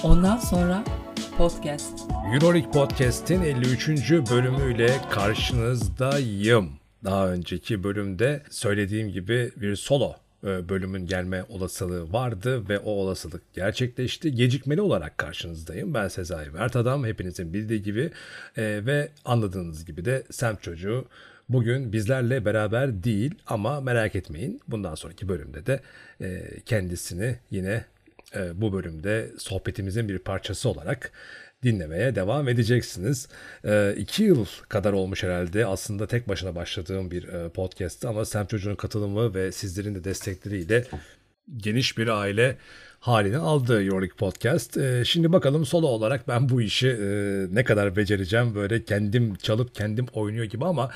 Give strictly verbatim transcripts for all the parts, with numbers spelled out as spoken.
Ondan sonra podcast. Euroleague Podcast'in elli üçüncü bölümüyle karşınızdayım. Daha önceki bölümde söylediğim gibi bir solo bölümün gelme olasılığı vardı ve o olasılık gerçekleşti. Gecikmeli olarak karşınızdayım. Ben Sezai Mert Adam, hepinizin bildiği gibi e, ve anladığınız gibi de semt çocuğu bugün bizlerle beraber değil, ama merak etmeyin, bundan sonraki bölümde de e, kendisini yine e, bu bölümde sohbetimizin bir parçası olarak dinlemeye devam edeceksiniz. E, iki yıl kadar olmuş herhalde aslında tek başına başladığım bir e, podcast'tı, ama semt çocuğunun katılımı ve sizlerin de destekleriyle geniş bir aile halini aldı Euroleague Podcast. E, şimdi bakalım solo olarak ben bu işi e, ne kadar becereceğim, böyle kendim çalıp kendim oynuyor gibi, ama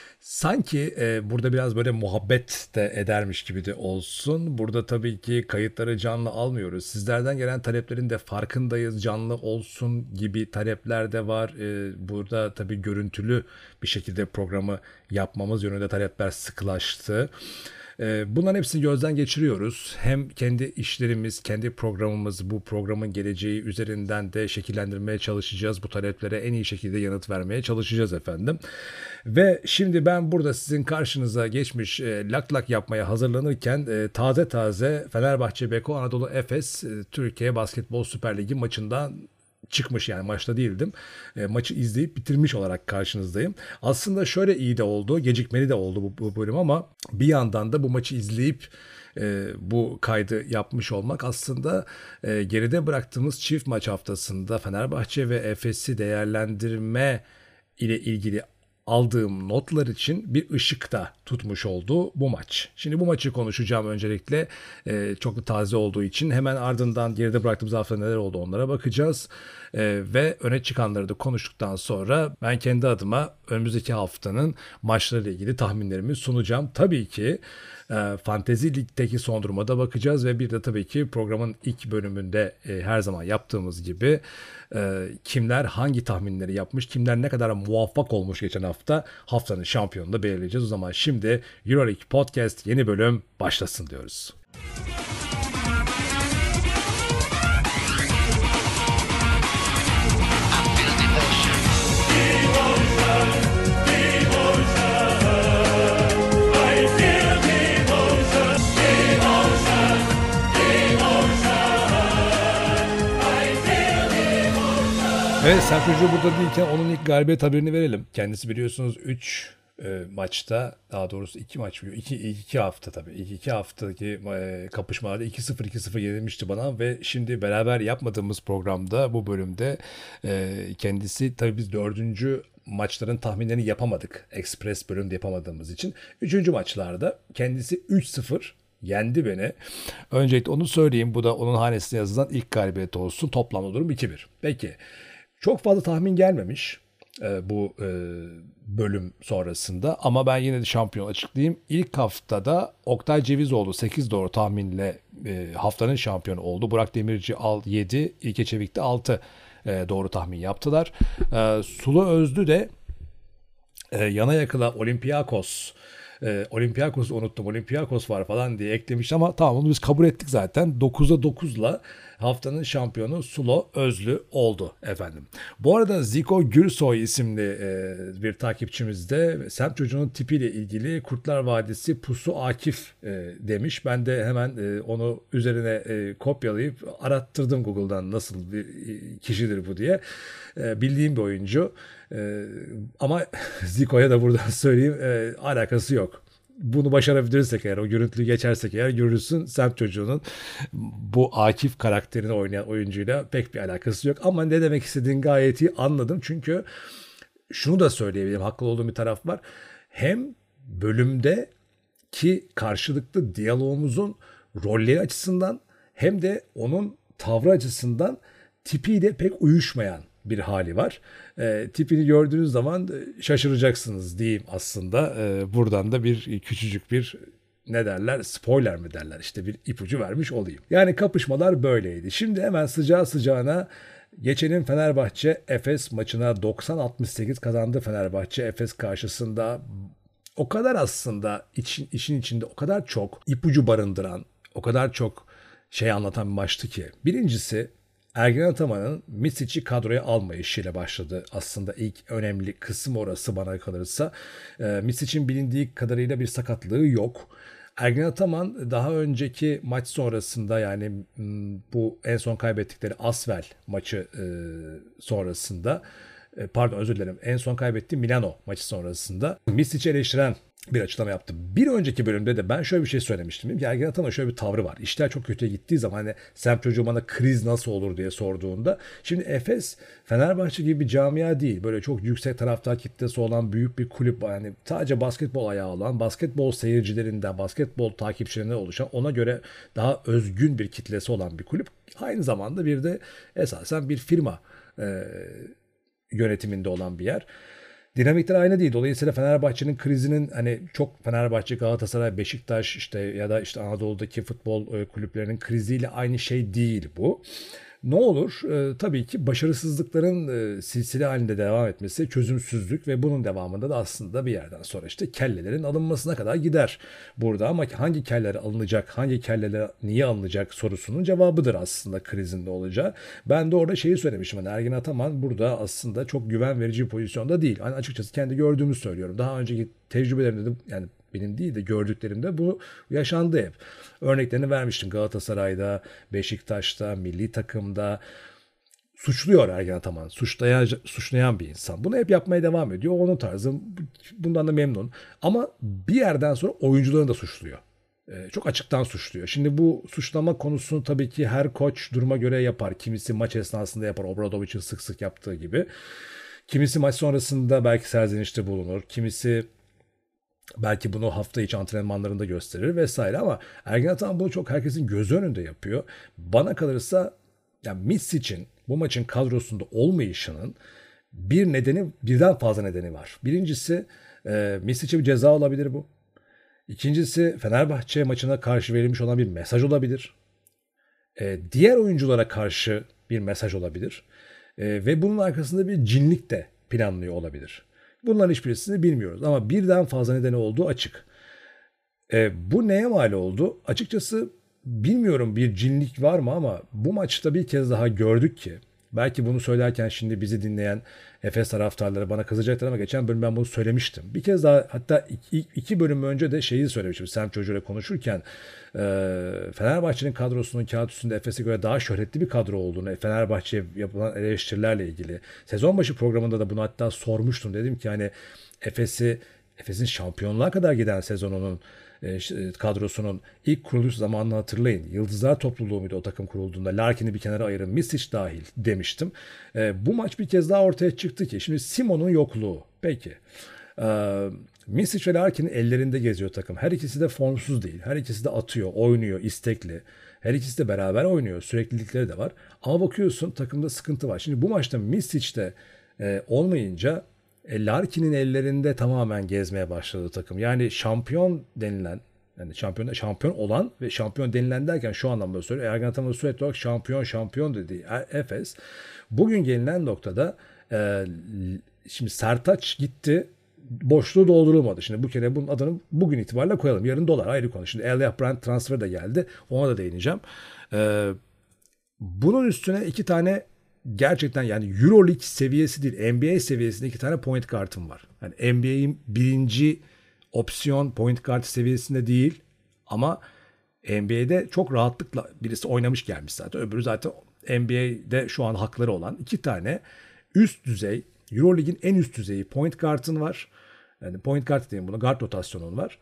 sanki e, burada biraz böyle muhabbet de edermiş gibi de olsun. Burada tabii ki kayıtları canlı almıyoruz. Sizlerden gelen taleplerin de farkındayız. Canlı olsun gibi talepler de var. E, burada tabii görüntülü bir şekilde programı yapmamız yönünde talepler sıklaştı. Bunların hepsini gözden geçiriyoruz. Hem kendi işlerimiz, kendi programımız, bu programın geleceği üzerinden de şekillendirmeye çalışacağız. Bu taleplere en iyi şekilde yanıt vermeye çalışacağız efendim. Ve şimdi ben burada sizin karşınıza geçmiş e, lak lak yapmaya hazırlanırken e, taze taze Fenerbahçe Beko Anadolu Efes e, Türkiye Basketbol Süper Ligi maçından çıkmış, yani maçta değildim. E, maçı izleyip bitirmiş olarak karşınızdayım. Aslında şöyle iyi de oldu, gecikmeli de oldu bu, bu bölüm, ama bir yandan da bu maçı izleyip e, bu kaydı yapmış olmak aslında e, geride bıraktığımız çift maç haftasında Fenerbahçe ve Efes'i değerlendirme ile ilgili aldığım notlar için bir ışıkta tutmuş oldu bu maç. Şimdi bu maçı konuşacağım öncelikle. Ee, çok da taze olduğu için hemen ardından geride bıraktığımız hafta neler oldu onlara bakacağız. Ee, ve öne çıkanları da konuştuktan sonra ben kendi adıma önümüzdeki haftanın maçlarıyla ilgili tahminlerimi sunacağım. Tabii ki e, Fantezi Lig'deki son duruma da bakacağız ve bir de tabii ki programın ilk bölümünde e, her zaman yaptığımız gibi e, kimler hangi tahminleri yapmış, kimler ne kadar muvaffak olmuş geçen hafta, haftanın şampiyonunu da belirleyeceğiz. O zaman şimdi Euroleague Podcast yeni bölüm başlasın diyoruz. Evet, semt çocuğu burada değilken onun ilk galibiyet haberini verelim. Kendisi biliyorsunuz üç e, maçta, daha doğrusu iki maç mı? iki iki hafta tabii. İlk iki haftaki e, kapışmalarda iki sıfır iki sıfır yenilmişti bana ve şimdi beraber yapmadığımız programda, bu bölümde e, kendisi, tabii biz dördüncü maçların tahminlerini yapamadık. Express bölümde yapamadığımız için. Üçüncü maçlarda kendisi üç sıfır yendi beni. Öncelikle onu söyleyeyim. Bu da onun hanesine yazılan ilk galibiyet olsun. Toplamda durum iki bir. Peki. Çok fazla tahmin gelmemiş e, bu e, bölüm sonrasında, ama ben yine de şampiyon açıklayayım. İlk haftada Oktay Cevizoğlu sekiz doğru tahminle e, haftanın şampiyonu oldu. Burak Demirci yedi, İlke Çevik'te altı e, doğru tahmin yaptılar. E, Sulu Özlü de e, yana yakıla Olympiakos Ee, Olympiakos'u unuttum, Olympiakos var falan diye eklemiş, ama tamam, onu biz kabul ettik zaten. dokuzda dokuzla haftanın şampiyonu Sulo Özlü oldu efendim. Bu arada Ziko Gürsoy isimli e, bir takipçimiz de semt çocuğunun tipiyle ilgili Kurtlar Vadisi Pusu Akif e, demiş. Ben de hemen e, onu üzerine e, kopyalayıp arattırdım Google'dan nasıl bir kişidir bu diye. E, bildiğim bir oyuncu. E, ama Ziko'ya da buradan söyleyeyim, e, alakası yok. Bunu başarabilirsek eğer, o görüntülü geçersek eğer, görürsün semt çocuğunun bu Akif karakterini oynayan oyuncuyla pek bir alakası yok. Ama ne demek istediğini gayet iyi anladım. Çünkü şunu da söyleyebilirim, haklı olduğum bir taraf var. Hem bölümde ki karşılıklı diyalogumuzun rolleri açısından, hem de onun tavrı açısından tipiyle pek uyuşmayan bir hali var. E, tipini gördüğünüz zaman şaşıracaksınız diyeyim aslında. E, buradan da bir küçücük bir, ne derler, spoiler mi derler, işte bir ipucu vermiş olayım. Yani kapışmalar böyleydi. Şimdi hemen sıcağı sıcağına geçelim Fenerbahçe Efes maçına. doksan altmış sekiz kazandı Fenerbahçe Efes karşısında. O kadar aslında için, işin içinde o kadar çok ipucu barındıran, o kadar çok şey anlatan bir maçtı ki. Birincisi, Ergin Ataman'ın Misic'i kadroya almayışıyla başladı. Aslında ilk önemli kısım orası bana kalırsa. E, Misic'in bilindiği kadarıyla bir sakatlığı yok. Ergin Ataman daha önceki maç sonrasında, yani bu en son kaybettikleri Asvel maçı e, sonrasında, e, pardon özür dilerim, en son kaybettiği Milano maçı sonrasında Misic'i eleştiren bir açıklama yaptı. Bir önceki bölümde de ben şöyle bir şey söylemiştim. Dedim ki Ergin Ataman'ın şöyle bir tavrı var. İşler çok kötüye gittiği zaman hani sen çocuğum bana kriz nasıl olur diye sorduğunda. Şimdi Efes Fenerbahçe gibi bir camia değil. Böyle çok yüksek taraftar kitlesi olan büyük bir kulüp. Yani sadece basketbol ayağı olan, basketbol seyircilerinden, basketbol takipçilerinden oluşan, ona göre daha özgün bir kitlesi olan bir kulüp. Aynı zamanda bir de esasen bir firma e, yönetiminde olan bir yer. Dinamikler aynı değil. Dolayısıyla Fenerbahçe'nin krizinin, hani çok Fenerbahçe, Galatasaray, Beşiktaş işte ya da işte Anadolu'daki futbol kulüplerinin kriziyle aynı şey değil bu. Ne olur? Ee, tabii ki başarısızlıkların e, silsile halinde devam etmesi, çözümsüzlük ve bunun devamında da aslında bir yerden sonra işte kellelerin alınmasına kadar gider burada. Ama hangi keller alınacak, hangi kelleler niye alınacak sorusunun cevabıdır aslında krizin de olacağı. Ben de orada şeyi söylemişim. Hani Ergin Ataman burada aslında çok güven verici bir pozisyonda değil. Hani açıkçası kendi gördüğümü söylüyorum. Daha önceki tecrübelerimde de, yani benim değil de gördüklerimde bu yaşandı hep. Örneklerini vermiştim. Galatasaray'da, Beşiktaş'ta, milli takımda suçluyor Ergin Ataman. Suçlayan, suçlayan bir insan. Bunu hep yapmaya devam ediyor. Onun tarzı. Bundan da memnun. Ama bir yerden sonra oyuncularını da suçluyor. Ee, çok açıktan suçluyor. Şimdi bu suçlama konusunu tabii ki her koç duruma göre yapar. Kimisi maç esnasında yapar. Obradovic'in sık sık yaptığı gibi. Kimisi maç sonrasında belki serzenişte bulunur. Kimisi belki bunu hafta içi antrenmanlarında gösterir vesaire, ama Ergin Ataman bunu çok herkesin gözü önünde yapıyor. Bana kalırsa yani Misic'in bu maçın kadrosunda olmayışının bir nedeni, birden fazla nedeni var. Birincisi e, Misic'e bir ceza olabilir bu. İkincisi Fenerbahçe maçına karşı verilmiş olan bir mesaj olabilir. E, diğer oyunculara karşı bir mesaj olabilir. E, ve bunun arkasında bir cinlik de planlıyor olabilir. Bunların hiçbirisini bilmiyoruz ama birden fazla nedeni olduğu açık. E, bu neye mal oldu? Açıkçası bilmiyorum, bir cinlik var mı, ama bu maçta bir kez daha gördük ki, belki bunu söylerken şimdi bizi dinleyen Efes taraftarları bana kızacaklar ama geçen bölüm ben bunu söylemiştim. Bir kez daha, hatta iki, iki bölüm önce de şeyi söylemiştim. Sem çocuğuyla konuşurken e, Fenerbahçe'nin kadrosunun kağıt üstünde Efes'e göre daha şöhretli bir kadro olduğunu, Fenerbahçe'ye yapılan eleştirilerle ilgili. Sezon başı programında da bunu hatta sormuştum. Dedim ki hani Efes'i, Efes'in şampiyonluğa kadar giden sezonunun kadrosunun ilk kuruluş zamanını hatırlayın. Yıldızlar topluluğu muydu o takım kurulduğunda? Larkin'i bir kenara ayırın, Misic dahil demiştim. E, bu maç bir kez daha ortaya çıktı ki şimdi Simon'un yokluğu. Peki. E, Misic ve Larkin'in ellerinde geziyor takım. Her ikisi de formsuz değil. Her ikisi de atıyor, oynuyor, istekli. Her ikisi de beraber oynuyor. Süreklilikleri de var. Ama bakıyorsun takımda sıkıntı var. Şimdi bu maçta Misic de e, olmayınca E, Larkin'in ellerinde tamamen gezmeye başladı takım. Yani şampiyon denilen, yani şampiyon şampiyon olan ve şampiyon denilen derken şu anlamda söylüyorum. Ergin Ataman'ın sürekli olarak şampiyon şampiyon dediği Efes bugün gelinen noktada e, şimdi Sertaç gitti, boşluğu doldurulmadı. Şimdi bu kere bunun adını bugün itibariyle koyalım. Yarın dolar ayrı konu. Şimdi Elijah Brandt transferi de geldi. Ona da değineceğim. E, bunun üstüne iki tane gerçekten yani Euroleague seviyesi değil, N B A seviyesinde iki tane point guard'ım var. Yani N B A'in birinci opsiyon point guard seviyesinde değil ama N B A'de çok rahatlıkla birisi oynamış gelmiş zaten. Öbürü zaten N B A'de şu an hakları olan iki tane üst düzey, Euroleague'in en üst düzeyi point guard'ın var. Yani point guard diyeyim buna, guard rotasyonun var.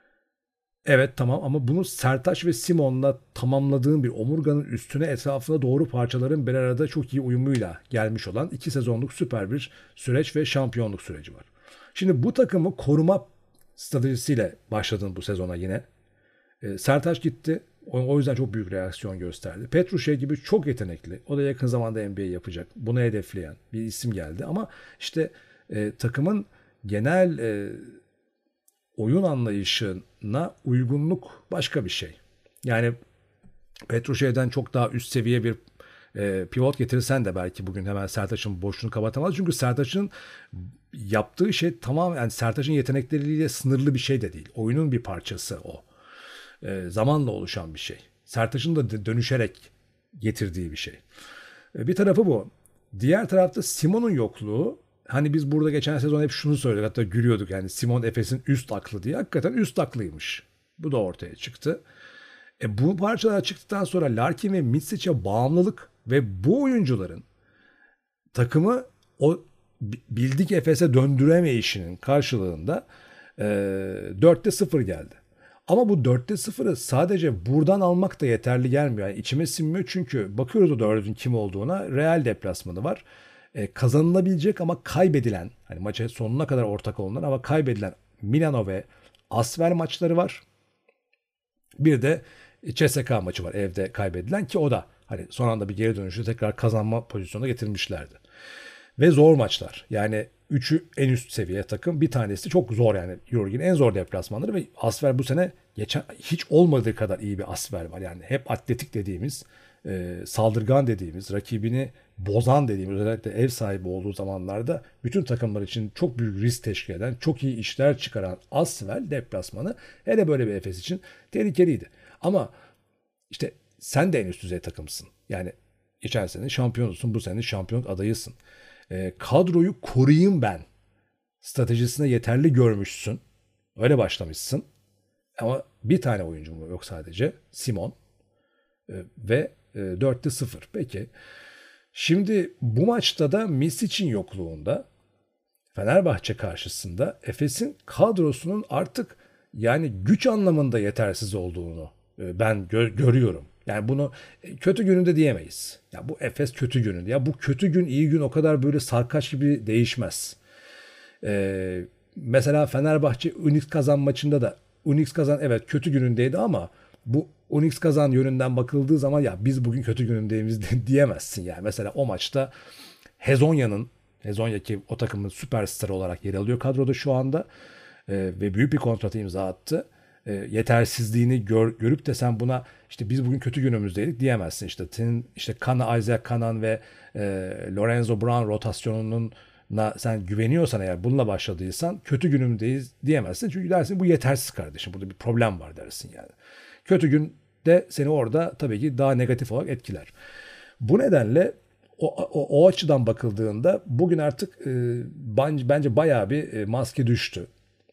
Evet tamam, ama bunu Sertaç ve Simon'la tamamladığın bir omurganın üstüne etrafına doğru parçaların bir arada çok iyi uyumuyla gelmiş olan iki sezonluk süper bir süreç ve şampiyonluk süreci var. Şimdi bu takımı koruma stratejisiyle başladın bu sezona yine. E, Sertaç gitti. O, o yüzden çok büyük reaksiyon gösterdi. Petrušev gibi çok yetenekli. O da yakın zamanda N B A yapacak. Bunu hedefleyen bir isim geldi. Ama işte e, takımın genel e, oyun anlayışına uygunluk başka bir şey. Yani Petrušev'den çok daha üst seviye bir e, pivot getirirsen de belki bugün hemen Sertaç'ın boşluğunu kapatamaz. Çünkü Sertaç'ın yaptığı şey tamamen, yani Sertaç'ın yetenekleriyle sınırlı bir şey de değil. Oyunun bir parçası o. E, zamanla oluşan bir şey. Sertaç'ın da dönüşerek getirdiği bir şey. E, bir tarafı bu. Diğer tarafta Simon'un yokluğu. Hani biz burada geçen sezon hep şunu söyledik, hatta gülüyorduk yani Simon Efes'in üst aklı diye. Hakikaten üst aklıymış. Bu da ortaya çıktı. E bu parçalar çıktıktan sonra Larkin ve Mitsic'e bağımlılık ve bu oyuncuların takımı o bildik Efes'e döndüremeyişinin karşılığında e, dörtte sıfır geldi. Ama bu dörtte sıfırı sadece buradan almak da yeterli gelmiyor. Yani içime sinmiyor çünkü bakıyoruz o dördün kim olduğuna. Real deplasmanı var. E, kazanılabilecek ama kaybedilen, hani maça sonuna kadar ortak olunan ama kaybedilen Milano ve Asvel maçları var. Bir de C S K A maçı var evde kaybedilen ki o da hani son anda bir geri dönüşü tekrar kazanma pozisyonuna getirmişlerdi. Ve zor maçlar. Yani üçü en üst seviye takım. Bir tanesi çok zor yani. Euroleague'in en zor deplasmanları ve Asvel bu sene geçen hiç olmadığı kadar iyi bir Asvel var. Yani hep atletik dediğimiz, e, saldırgan dediğimiz, rakibini bozan dediğimiz, özellikle ev sahibi olduğu zamanlarda bütün takımlar için çok büyük risk teşkil eden, çok iyi işler çıkaran Asvel deplasmanı hele böyle bir Efes için tehlikeliydi. Ama işte sen de en üst düzey takımsın. Yani geçen sene şampiyonusun, bu sene şampiyonluk adayısın. E, kadroyu koruyayım ben stratejisine yeterli görmüşsün. Öyle başlamışsın. Ama bir tane oyuncum yok sadece. Simon. E, ve e, dörtte sıfır. Peki. Şimdi bu maçta da Misic'in yokluğunda Fenerbahçe karşısında Efes'in kadrosunun artık yani güç anlamında yetersiz olduğunu e, ben gö- görüyorum. Yani bunu kötü gününde diyemeyiz. Ya bu Efes kötü gününde. Ya bu kötü gün iyi gün o kadar böyle sarkaç gibi değişmez. Ee, mesela Fenerbahçe Unix Kazan maçında da Unix Kazan evet kötü günündeydi ama bu Unix Kazan yönünden bakıldığı zaman ya biz bugün kötü günündeyiz diyemezsin yani. Mesela o maçta Hezonya'nın Hezonya ki o takımın süperstarı olarak yer alıyor kadroda şu anda ee, ve büyük bir kontratı imza attı. E, yetersizliğini gör, görüp de sen buna işte biz bugün kötü günümüzdeydik diyemezsin. İşte senin işte Kana, Isaac Kanan ve e, Lorenzo Brown rotasyonunun sen güveniyorsan eğer bununla başladıysan kötü günümdeyiz diyemezsin. Çünkü dersin bu yetersiz kardeşim. Burada bir problem var dersin yani. Kötü gün de seni orada tabii ki daha negatif olarak etkiler. Bu nedenle o, o, o açıdan bakıldığında bugün artık e, bence, bence bayağı bir e, maske düştü.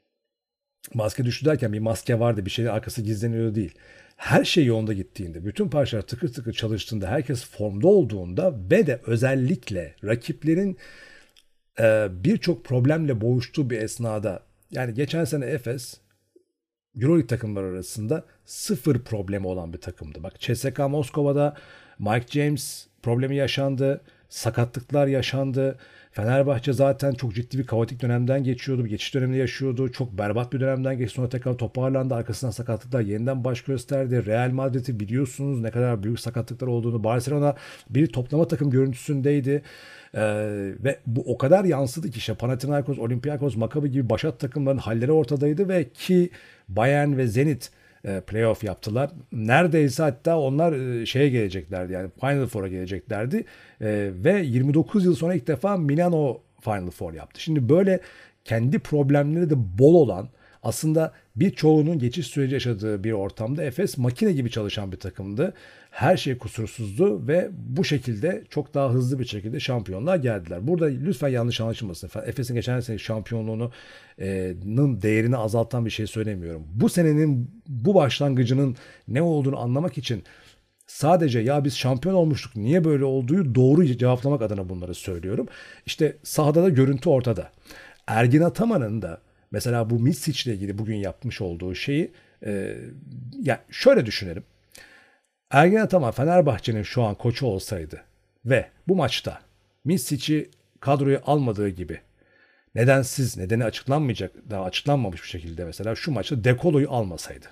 Maske düştü derken bir maske vardı, bir şeyin arkası gizleniyor değil. Her şey yolunda gittiğinde, bütün parçalar tıkır tıkır çalıştığında, herkes formda olduğunda ve de özellikle rakiplerin e, birçok problemle boğuştuğu bir esnada, yani geçen sene Efes Euroleague takımlar arasında sıfır problemi olan bir takımdı. Bak C S K A Moskova'da Mike James problemi yaşandı, sakatlıklar yaşandı. Fenerbahçe zaten çok ciddi bir kaotik dönemden geçiyordu. Bir geçiş dönemini yaşıyordu. Çok berbat bir dönemden geçti. Sonra tekrar toparlandı. Arkasından sakatlıklar yeniden baş gösterdi. Real Madrid'i biliyorsunuz ne kadar büyük sakatlıklar olduğunu. Barcelona bir toplama takım görüntüsündeydi. Ee, ve bu o kadar yansıdı ki işte Panathinaikos, Olympiakos, Maccabi gibi başat takımların halleri ortadaydı ve ki Bayern ve Zenit e, playoff yaptılar. Neredeyse hatta onlar e, şeye geleceklerdi yani Final Four'a geleceklerdi. E, ve yirmi dokuz yıl sonra ilk defa Milano Final Four yaptı. Şimdi böyle kendi problemleri de bol olan aslında birçoğunun geçiş süreci yaşadığı bir ortamda Efes makine gibi çalışan bir takımdı. Her şey kusursuzdu ve bu şekilde çok daha hızlı bir şekilde şampiyonluğa geldiler. Burada lütfen yanlış anlaşılmasın. Efes'in geçen sene şampiyonluğunun değerini azaltan bir şey söylemiyorum. Bu senenin bu başlangıcının ne olduğunu anlamak için sadece ya biz şampiyon olmuştuk niye böyle olduğu doğru cevaplamak adına bunları söylüyorum. İşte sahada da görüntü ortada. Ergin Ataman'ın da mesela bu Misic ile ilgili bugün yapmış olduğu şeyi e, yani şöyle düşünelim. Ergin Ataman Fenerbahçe'nin şu an koçu olsaydı ve bu maçta Misic'i kadroya almadığı gibi nedensiz, nedeni açıklanmayacak, daha açıklanmamış bir şekilde mesela şu maçta De Colo'yu almasaydı.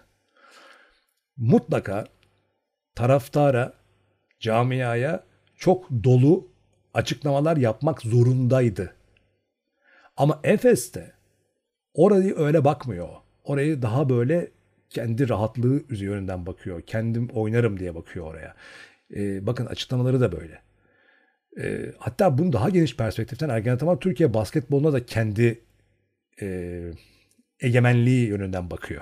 Mutlaka taraftara, camiaya çok dolu açıklamalar yapmak zorundaydı. Ama Efes'te orayı öyle bakmıyor. Orayı daha böyle kendi rahatlığı yönünden bakıyor. Kendim oynarım diye bakıyor oraya. Ee, bakın açıklamaları da böyle. Ee, hatta bunu daha geniş perspektiften Ergen Ataman Türkiye basketboluna da kendi e, egemenliği yönünden bakıyor.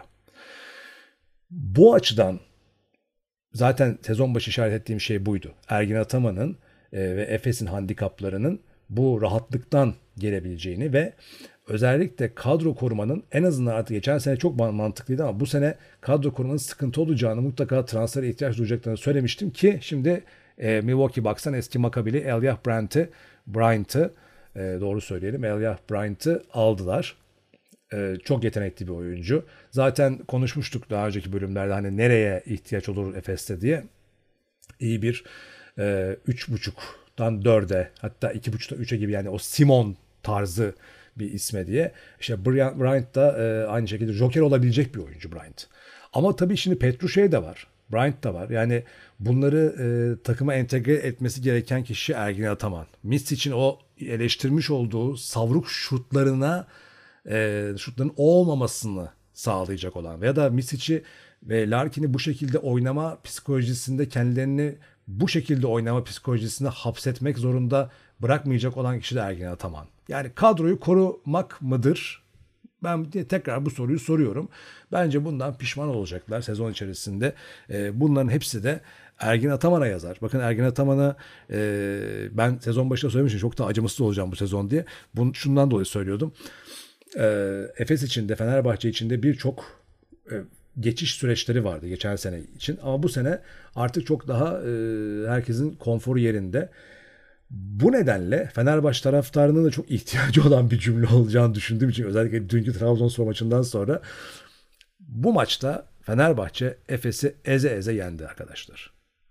Bu açıdan zaten sezon başı işaret ettiğim şey buydu. Ergin Ataman'ın e, ve Efes'in handikaplarının bu rahatlıktan gelebileceğini ve özellikle kadro korumanın en azından artık geçen sene çok mantıklıydı ama bu sene kadro korumanın sıkıntı olacağını, mutlaka transfere ihtiyaç duyacaklarını söylemiştim ki şimdi e, Milwaukee Bucks'tan eski Maccabili Elijah Bryant'ı Bryant'ı e, doğru söyleyelim Elijah Bryant'ı aldılar. E, çok yetenekli bir oyuncu. Zaten konuşmuştuk daha önceki bölümlerde hani nereye ihtiyaç olur Efes'te diye. İyi bir e, üç buçuktan dörde hatta iki buçuktan üçe gibi yani o Simon tarzı bir isme diye. İşte Bryant, Bryant da e, aynı şekilde joker olabilecek bir oyuncu Bryant. Ama tabii şimdi Petrušev de var. Bryant da var. Yani bunları e, takıma entegre etmesi gereken kişi Ergin Ataman. Misic'in o eleştirmiş olduğu savruk şutlarına e, şutların olmamasını sağlayacak olan veya da Misic'i ve Larkin'i bu şekilde oynama psikolojisinde kendilerini bu şekilde oynama psikolojisinde hapsetmek zorunda bırakmayacak olan kişi de Ergin Ataman. Yani kadroyu korumak mıdır? Ben tekrar bu soruyu soruyorum. Bence bundan pişman olacaklar sezon içerisinde. E, bunların hepsi de Ergin Ataman'a yazar. Bakın Ergin Ataman'a e, ben sezon başında söylemiştim çok da acımasız olacağım bu sezon diye. Bunu şundan dolayı söylüyordum. E, Efes için de Fenerbahçe için de birçok e, geçiş süreçleri vardı geçen sene için. Ama bu sene artık çok daha e, herkesin konforu yerinde. Bu nedenle Fenerbahçe taraftarının da çok ihtiyacı olan bir cümle olacağını düşündüğüm için özellikle dünkü Trabzonspor maçından sonra bu maçta Fenerbahçe Efes'i eze eze yendi arkadaşlar.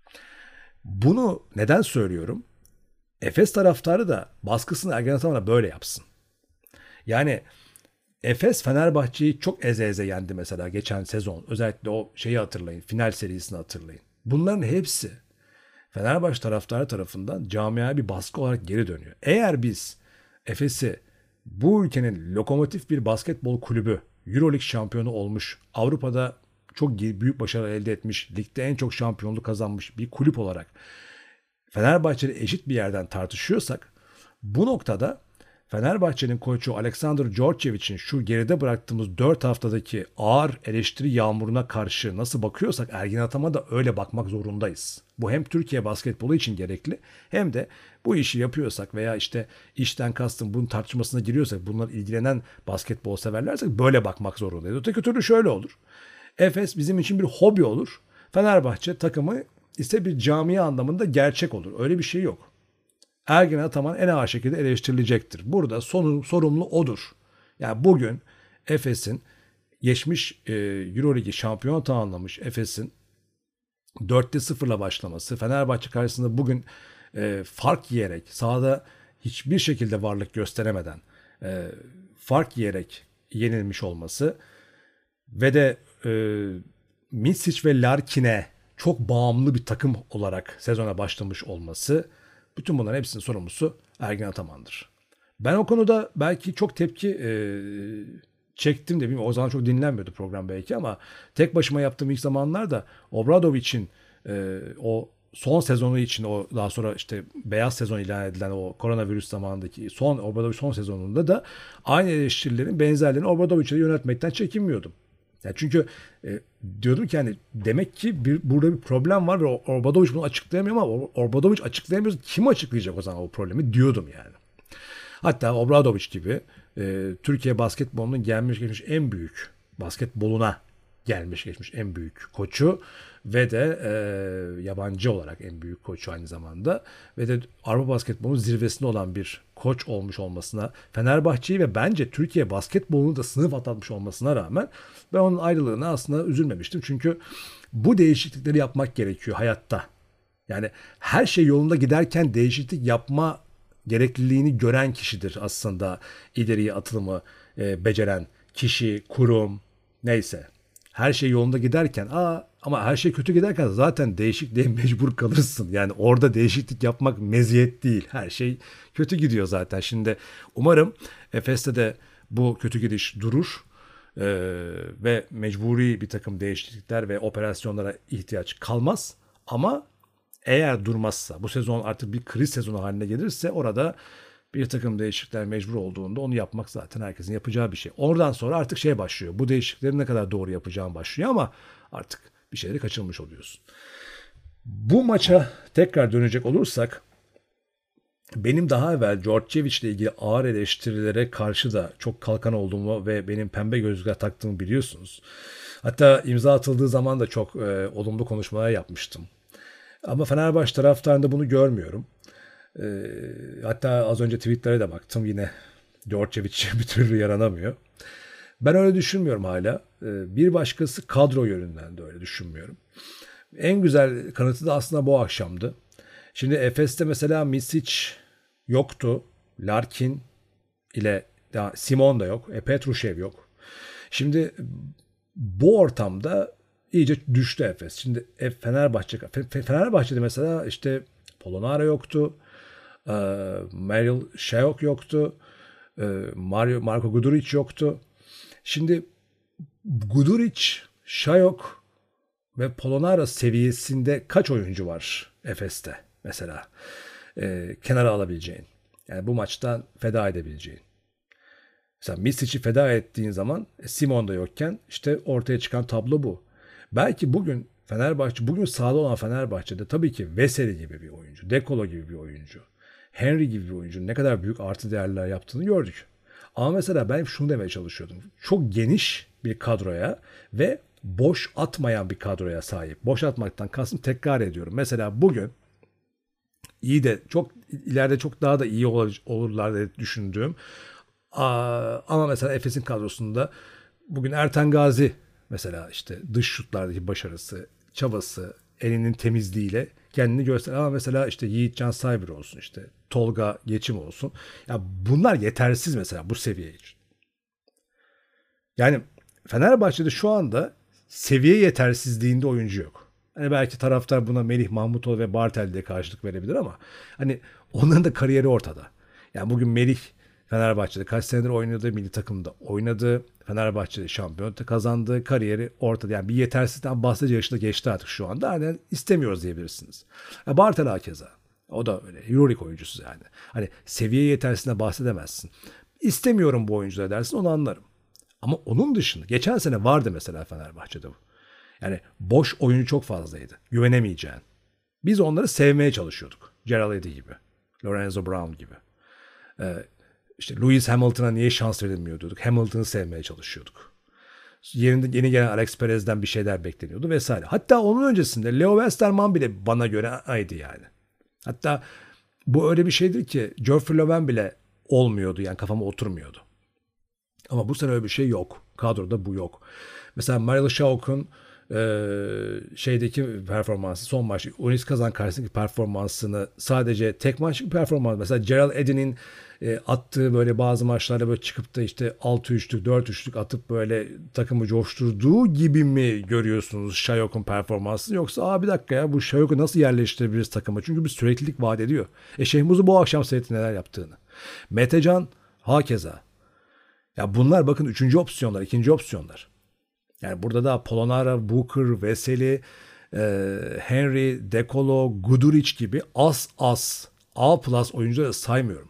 Bunu neden söylüyorum? Efes taraftarı da baskısını Ergin Ataman'a böyle yapsın. Yani Efes Fenerbahçe'yi çok eze eze yendi mesela geçen sezon. Özellikle o şeyi hatırlayın, final serisini hatırlayın. Bunların hepsi Fenerbahçe taraftarı tarafından camiaya bir baskı olarak geri dönüyor. Eğer biz Efes'i bu ülkenin lokomotif bir basketbol kulübü, Euroleague şampiyonu olmuş, Avrupa'da çok büyük başarı elde etmiş, ligde en çok şampiyonluk kazanmış bir kulüp olarak Fenerbahçe'yle eşit bir yerden tartışıyorsak bu noktada Fenerbahçe'nin koçu Aleksandr Djordjevic'in şu geride bıraktığımız dört haftadaki ağır eleştiri yağmuruna karşı nasıl bakıyorsak Ergin Ataman'a da öyle bakmak zorundayız. Bu hem Türkiye basketbolu için gerekli hem de bu işi yapıyorsak veya işte işten kastım bunun tartışmasına giriyorsak bunlar ilgilenen basketbol severlersek böyle bakmak zorundayız. Öteki türlü şöyle olur. Efes bizim için bir hobi olur. Fenerbahçe takımı ise bir camia anlamında gerçek olur. Öyle bir şey yok. Ergin Ataman en ağır şekilde eleştirilecektir. Burada sonu, sorumlu odur. Yani bugün Efes'in geçmiş e, Euroligi şampiyon tamamlamış Efes'in dörtte sıfırla başlaması, Fenerbahçe karşısında bugün e, fark yiyerek, sahada hiçbir şekilde varlık gösteremeden e, fark yiyerek yenilmiş olması ve de e, Micic ve Larkin'e çok bağımlı bir takım olarak sezona başlamış olması, bütün bunların hepsinin sorumlusu Ergin Ataman'dır. Ben o konuda belki çok tepki e, çektim de bilmiyorum. O zaman çok dinlenmiyordu program belki ama tek başıma yaptığım ilk zamanlarda Obradovic'in e, o son sezonu için o daha sonra işte beyaz sezon ilan edilen o koronavirüs zamanındaki son Obradovic son sezonunda da aynı eleştirilerin benzerlerini Obradovic'e yöneltmekten çekinmiyordum. Yani çünkü e, diyordum ki hani demek ki bir, burada bir problem var ve Obradovic bunu açıklayamıyor ama Obradovic açıklayamıyorsa kim açıklayacak o zaman o problemi diyordum yani. Hatta Obradovic gibi e, Türkiye basketbolunun gelmiş geçmiş en büyük basketboluna gelmiş geçmiş en büyük koçu ve de e, yabancı olarak en büyük koçu aynı zamanda ve de Avrupa basketbolunun zirvesinde olan bir koç olmuş olmasına, Fenerbahçe'yi ve bence Türkiye basketbolunu da sınıf atlatmış olmasına rağmen ben onun ayrılığına aslında üzülmemiştim. Çünkü bu değişiklikleri yapmak gerekiyor hayatta. Yani her şey yolunda giderken değişiklik yapma gerekliliğini gören kişidir aslında ileriye atılımı e, beceren kişi, kurum, neyse. Her şey yolunda giderken aa ama her şey kötü giderken zaten değişikliğe mecbur kalırsın. Yani orada değişiklik yapmak meziyet değil. Her şey kötü gidiyor zaten. Şimdi umarım Efes'te de bu kötü gidiş durur. Ee, ve mecburi bir takım değişiklikler ve operasyonlara ihtiyaç kalmaz. Ama eğer durmazsa, bu sezon artık bir kriz sezonu haline gelirse orada bir takım değişiklikler mecbur olduğunda onu yapmak zaten herkesin yapacağı bir şey. Oradan sonra artık şey başlıyor. Bu değişiklikleri ne kadar doğru yapacağım başlıyor ama artık bir şeyleri kaçırmış oluyorsun. Bu maça tekrar dönecek olursak benim daha evvel Djordjevic ile ilgili ağır eleştirilere karşı da çok kalkan olduğumu ve benim pembe gözlükler taktığımı biliyorsunuz. Hatta imza atıldığı zaman da çok e, olumlu konuşmalar yapmıştım. Ama Fenerbahçe taraftarında bunu görmüyorum. E, hatta az önce tweetlere de baktım, yine Djordjevic bir türlü yaranamıyor. Ben öyle düşünmüyorum hala. E, bir başkası kadro yönünden de öyle düşünmüyorum. En güzel kanıtı da aslında bu akşamdı. Şimdi Efes'te mesela Misic yoktu. Larkin ile ya Simon da yok. E, Petrushev yok. Şimdi bu ortamda iyice düştü Efes. Şimdi Fenerbahçe Fenerbahçe'de mesela işte Polonara yoktu. E, Meryl Şayok yoktu. E, Mario Marko Guduric yoktu. Şimdi Guduric, Şayok ve Polonara seviyesinde kaç oyuncu var Efes'te mesela? E, kenara alabileceğin. Yani bu maçtan feda edebileceğin. Mesela Misic'i feda ettiğin zaman e, Simon da yokken işte ortaya çıkan tablo bu. Belki bugün Fenerbahçe, bugün sahada olan Fenerbahçe'de tabii ki Veseli gibi bir oyuncu, De Colo gibi bir oyuncu, Henry gibi bir oyuncu ne kadar büyük artı değerler yaptığını gördük. Ama mesela ben şunu demeye çalışıyordum. Çok geniş bir kadroya ve boş atmayan bir kadroya sahip. Boş atmaktan kastım, tekrar ediyorum. Mesela bugün iyi de çok ileride çok daha da iyi olurlar diye düşündüğüm, ama mesela Efes'in kadrosunda bugün Ertan Gazi mesela işte dış şutlardaki başarısı, çabası, elinin temizliğiyle kendini gösteriyor. Ama mesela işte Yiğitcan Sayber olsun, işte Tolga Geçim olsun. Ya bunlar yetersiz mesela bu seviye için. Yani Fenerbahçe'de şu anda seviye yetersizliğinde oyuncu yok. Hani belki taraftar buna Melih Mahmutoğlu ve Bartel diye karşılık verebilir ama hani onların da kariyeri ortada. Yani bugün Melih Fenerbahçe'de kaç senedir oynadı, milli takımda oynadı. Fenerbahçe'de şampiyonluk kazandı. Kariyeri ortada. Yani bir yetersizlikten bahsedici yaşında geçti artık şu anda. Hani istemiyoruz diyebilirsiniz. Ya Bartel hakeza. O da öyle. Euroleague oyuncusu yani. Hani seviye yetersizliğinden bahsedemezsin. İstemiyorum bu oyuncuları dersin, onu anlarım. Ama onun dışında geçen sene vardı mesela Fenerbahçe'de bu. Yani boş oyuncu çok fazlaydı. Güvenemeyeceğin. Biz onları sevmeye çalışıyorduk. Gerald Eddy gibi. Lorenzo Brown gibi. Ee, işte Lewis Hamilton'a niye şans verilmiyor diyorduk. Hamilton'ı sevmeye çalışıyorduk. Yerinde yeni gelen Alex Perez'den bir şeyler bekleniyordu vesaire. Hatta onun öncesinde Leo Westerman bile bana göre aydı yani. Hatta bu öyle bir şeydir ki Geoffrey Löwen bile olmuyordu, yani kafama oturmuyordu. Ama bu sene öyle bir şey yok. Kadroda bu yok. Mesela Mario Şahok'un e, şeydeki performansı, son maç Unis Kazan karşısındaki performansını sadece tek maçlık performans. Mesela Gerald Eddy'nin e, attığı böyle bazı maçlarda böyle çıkıp da işte altı üçlük dört üçlük atıp böyle takımı coşturduğu gibi mi görüyorsunuz Şahok'un performansını? Yoksa aa bir dakika ya, bu Şahok'u nasıl yerleştirebiliriz takıma? Çünkü bir süreklilik vaat ediyor. E Şehmuz'u bu akşam seyretti neler yaptığını. Metecan hakeza. Ya bunlar bakın üçüncü opsiyonlar, ikinci opsiyonlar. Yani burada da Polonara, Booker, Veseli, e, Henry, De Colo, Guduric gibi az az A plus oyuncuları saymıyorum.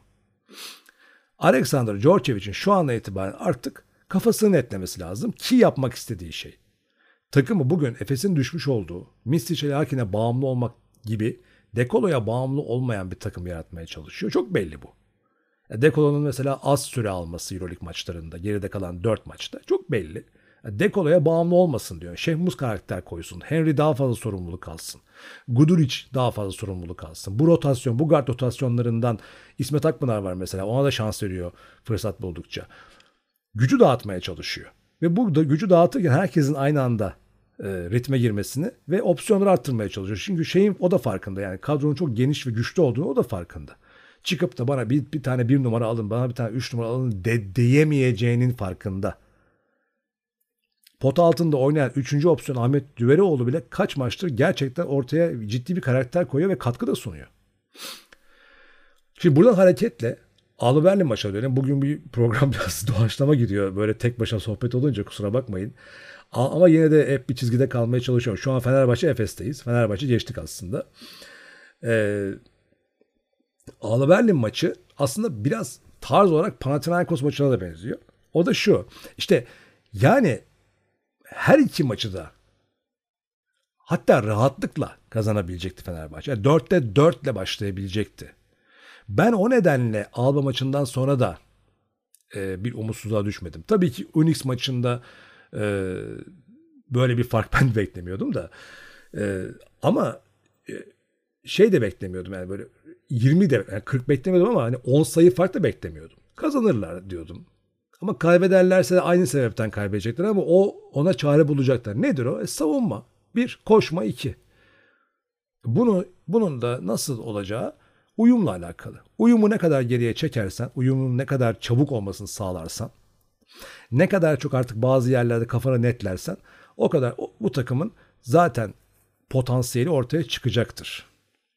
Aleksandar Djordjevic'in şu andan itibaren artık kafasını netlemesi lazım ki yapmak istediği şey. Takımı bugün Efes'in düşmüş olduğu Misic'e Larkin'e bağımlı olmak gibi De Colo'ya bağımlı olmayan bir takım yaratmaya çalışıyor. Çok belli bu. De Colo'nun mesela az süre alması Euroleague maçlarında, geride kalan dört maçta çok belli. De Colo'ya bağımlı olmasın diyor. Şehmuz karakter koysun. Henry daha fazla sorumluluk alsın. Guduric daha fazla sorumluluk alsın. Bu rotasyon, bu guard rotasyonlarından İsmet Akpınar var mesela. Ona da şans veriyor fırsat buldukça. Gücü dağıtmaya çalışıyor. Ve bu da gücü dağıtırken herkesin aynı anda e, ritme girmesini ve opsiyonları arttırmaya çalışıyor. Çünkü şeyin o da farkında. Yani kadronun çok geniş ve güçlü olduğunu o da farkında. Çıkıp da bana bir, bir tane bir numara alın, bana bir tane üç numara alın de, diyemeyeceğinin farkında. Pot altında oynayan üçüncü opsiyon Ahmet Düverioğlu bile kaç maçtır gerçekten ortaya ciddi bir karakter koyuyor ve katkı da sunuyor. Şimdi buradan hareketle Ağlı Berlin maçına dönelim. Bugün bir program biraz doğaçlama gidiyor. Böyle tek başına sohbet olunca kusura bakmayın. Ama yine de hep bir çizgide kalmaya çalışıyorum. Şu an Fenerbahçe Efes'teyiz. Fenerbahçe geçtik aslında. Ee, Ağlı Berlin maçı aslında biraz tarz olarak Panathinaikos maçına da benziyor. O da şu. İşte yani her iki maçı da hatta rahatlıkla kazanabilecekti Fenerbahçe. Yani dörtte dörtle başlayabilecekti. Ben o nedenle Alba maçından sonra da e, bir umutsuzluğa düşmedim. Tabii ki Unix maçında e, böyle bir fark ben de beklemiyordum da. E, ama e, şey de beklemiyordum yani böyle yirmi de yani kırk beklemiyordum ama hani on sayı fark da beklemiyordum. Kazanırlar diyordum. Ama kaybederlerse de aynı sebepten kaybedecekler ama o ona çare bulacaklar. Nedir o? E, savunma. Bir, koşma iki. Bunu bunun da nasıl olacağı uyumla alakalı. Uyumu ne kadar geriye çekersen, uyumun ne kadar çabuk olmasını sağlarsan, ne kadar çok artık bazı yerlerde kafana netlersen o kadar o, bu takımın zaten potansiyeli ortaya çıkacaktır.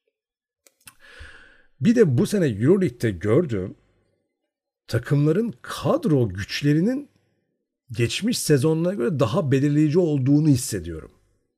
Bir de bu sene Euroleague'de gördüğüm takımların kadro güçlerinin geçmiş sezonlara göre daha belirleyici olduğunu hissediyorum.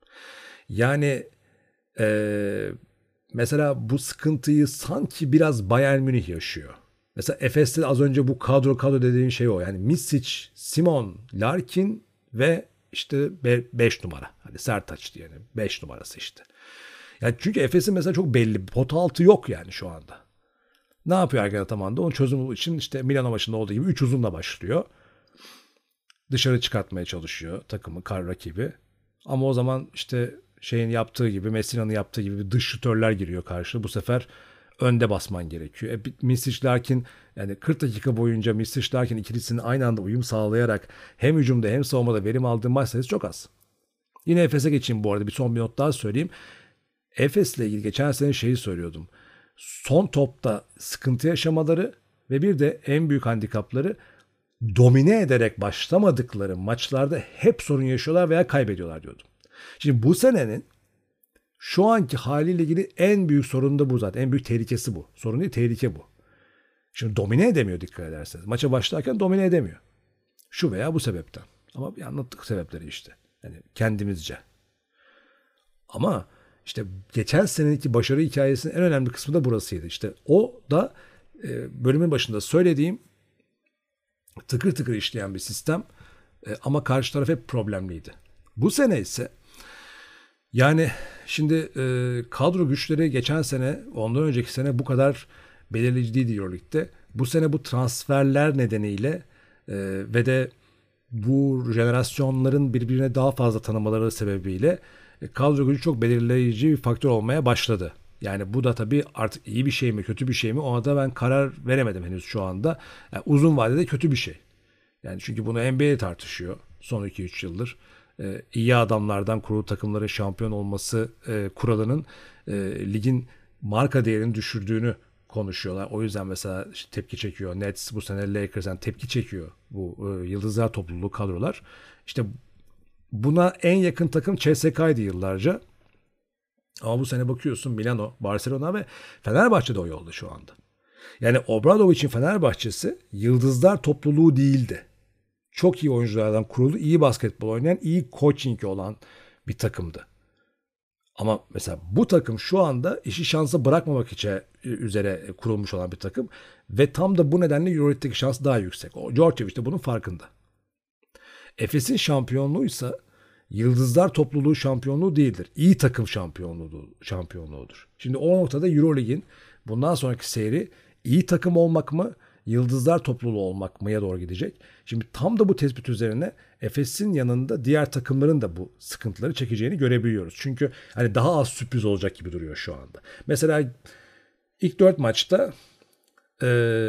Yani ee, mesela bu sıkıntıyı sanki biraz Bayern Münih yaşıyor. Mesela Efes'te az önce bu kadro kadro dediğin şey o. Yani Misic, Simon, Larkin ve işte beş numara. Hani Sertaç diye yani beş numarası işte. Yani çünkü Efes'in mesela çok belli. Pot altı yok yani şu anda. Ne yapıyor Ergen Ataman da? Onun çözümü için işte Milano maçında olduğu gibi üç uzunla başlıyor. Dışarı çıkartmaya çalışıyor takımı, kar rakibi. Ama o zaman işte şeyin yaptığı gibi, Messina'nın yaptığı gibi dış şutörler giriyor karşı. Bu sefer önde basman gerekiyor. E, Misic Larkin yani kırk dakika boyunca Misic Larkin ikilisinin aynı anda uyum sağlayarak hem hücumda hem savunmada verim aldığı maç sayısı çok az. Yine Efes'e geçeyim bu arada. Bir son bir not daha söyleyeyim. Efes'le ilgili geçen sene şeyi söylüyordum. Son topta sıkıntı yaşamaları ve bir de en büyük handikapları domine ederek başlamadıkları maçlarda hep sorun yaşıyorlar veya kaybediyorlar diyordum. Şimdi bu senenin şu anki haliyle ilgili en büyük sorunu da bu zaten. En büyük tehlikesi bu. Sorun değil, tehlike bu. Şimdi domine edemiyor dikkat ederseniz. Maça başlarken domine edemiyor. Şu veya bu sebepten. Ama bir anlattık sebepleri işte. Yani kendimizce. Ama işte geçen seneki başarı hikayesinin en önemli kısmı da burasıydı. İşte o da e, bölümün başında söylediğim tıkır tıkır işleyen bir sistem e, ama karşı taraf hep problemliydi. Bu sene ise yani şimdi e, kadro güçleri geçen sene, ondan önceki sene bu kadar belirleyici değildi Euroleague'de. Bu sene bu transferler nedeniyle e, ve de bu jenerasyonların birbirine daha fazla tanımaları sebebiyle e, kadro gücü çok belirleyici bir faktör olmaya başladı. Yani bu da tabii artık iyi bir şey mi kötü bir şey mi ona da ben karar veremedim henüz şu anda. Yani uzun vadede kötü bir şey. Yani çünkü bunu N B A tartışıyor son iki üç yıldır. Ee, iyi adamlardan kurulu takımların şampiyon olması e, kuralının e, ligin marka değerini düşürdüğünü konuşuyorlar. O yüzden mesela işte tepki çekiyor. Nets bu sene Lakers'dan tepki çekiyor bu e, yıldızlar topluluğu kadrolar. İşte buna en yakın takım C S K'ydı yıllarca. Ama bu sene bakıyorsun Milano, Barcelona ve Fenerbahçe de o yolda şu anda. Yani Obradovic'in Fenerbahçesi yıldızlar topluluğu değildi. Çok iyi oyunculardan kurulu, iyi basketbol oynayan, iyi coaching olan bir takımdı. Ama mesela bu takım şu anda işi şansa bırakmamak için üzere kurulmuş olan bir takım. Ve tam da bu nedenle Euroleague'deki şans daha yüksek. O Djordjevic de bunun farkında. Efes'in şampiyonluğuysa yıldızlar topluluğu şampiyonluğu değildir. İyi takım şampiyonluğu, şampiyonluğudur. Şimdi o noktada Euroleague'in bundan sonraki seyri iyi takım olmak mı, yıldızlar topluluğu olmak mıya doğru gidecek. Şimdi tam da bu tespit üzerine Efes'in yanında diğer takımların da bu sıkıntıları çekeceğini görebiliyoruz. Çünkü hani daha az sürpriz olacak gibi duruyor şu anda. Mesela ilk dört maçta e,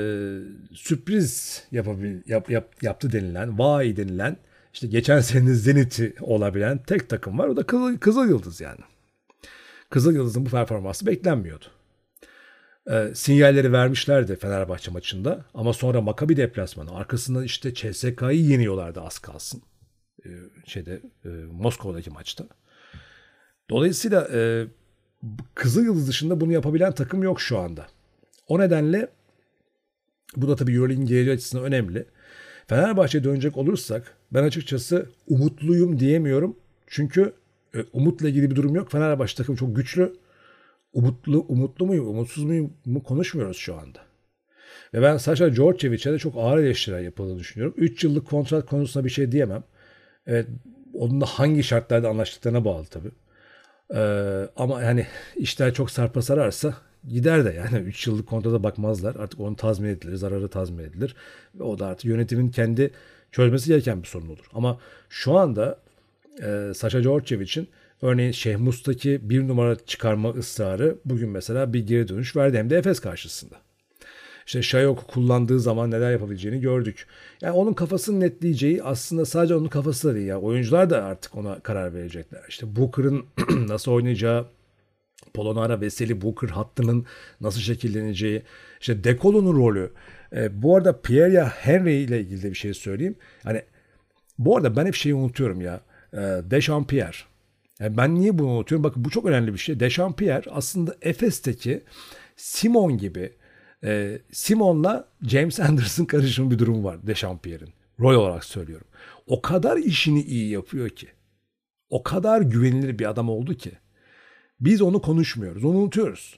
sürpriz yapabil, yap, yap, yaptı denilen, vay denilen, işte geçen senenin Zenit'i olabilen tek takım var. O da Kızıl, Kızıl Yıldız yani. Kızıl Yıldız'ın bu performansı beklenmiyordu. E, sinyalleri vermişlerdi Fenerbahçe maçında. Ama sonra Maccabi deplasmanı. Arkasından işte C S K'yı yeniyorlardı az kalsın. E, şeyde e, Moskova'daki maçta. Dolayısıyla e, Kızıl Yıldız dışında bunu yapabilen takım yok şu anda. O nedenle bu da tabii Euroleague'in geleceği açısından önemli. Fenerbahçe'ye dönecek olursak ben açıkçası umutluyum diyemiyorum. Çünkü e, umutla ilgili bir durum yok. Fenerbahçe takım çok güçlü. Umutlu, umutlu muyum, umutsuz muyum mu konuşmuyoruz şu anda. Ve ben Saša Djordjevic'e de çok ağır eleştiriler yapıldığını düşünüyorum. üç yıllık kontrat konusunda bir şey diyemem. Evet, onun da hangi şartlarda anlaştıklarına bağlı tabii. Ee, ama yani işler çok sarpa sararsa gider de yani üç yıllık kontrata bakmazlar. Artık onu tazmin edilir, zararı tazmin edilir. Ve o da artık yönetimin kendi çözmesi gereken bir sorun olur. Ama şu anda e, Saša Djordjevic'in örneğin Şehmus'taki bir numara çıkarma ısrarı bugün mesela bir geri dönüş verdi, hem de Efes karşısında. İşte Şayok kullandığı zaman neler yapabileceğini gördük. Yani onun kafasını netleyeceği aslında sadece onun kafası da değil. Yani oyuncular da artık ona karar verecekler. İşte Booker'ın nasıl oynayacağı, Polonara, Veseli, Booker hattının nasıl şekilleneceği, işte De Colo'nun rolü. E, bu arada Pierre Henry ile ilgili de bir şey söyleyeyim. Hani bu arada ben hep şeyi unutuyorum ya. E, Dechampierre. Yani ben niye bunu unutuyorum? Bakın bu çok önemli bir şey. Dechampierre aslında Efes'teki Simon gibi, e, Simon'la James Anderson karışımı bir durum var Dechampierre'in. Rol olarak söylüyorum. O kadar işini iyi yapıyor ki. O kadar güvenilir bir adam oldu ki. Biz onu konuşmuyoruz, onu unutuyoruz.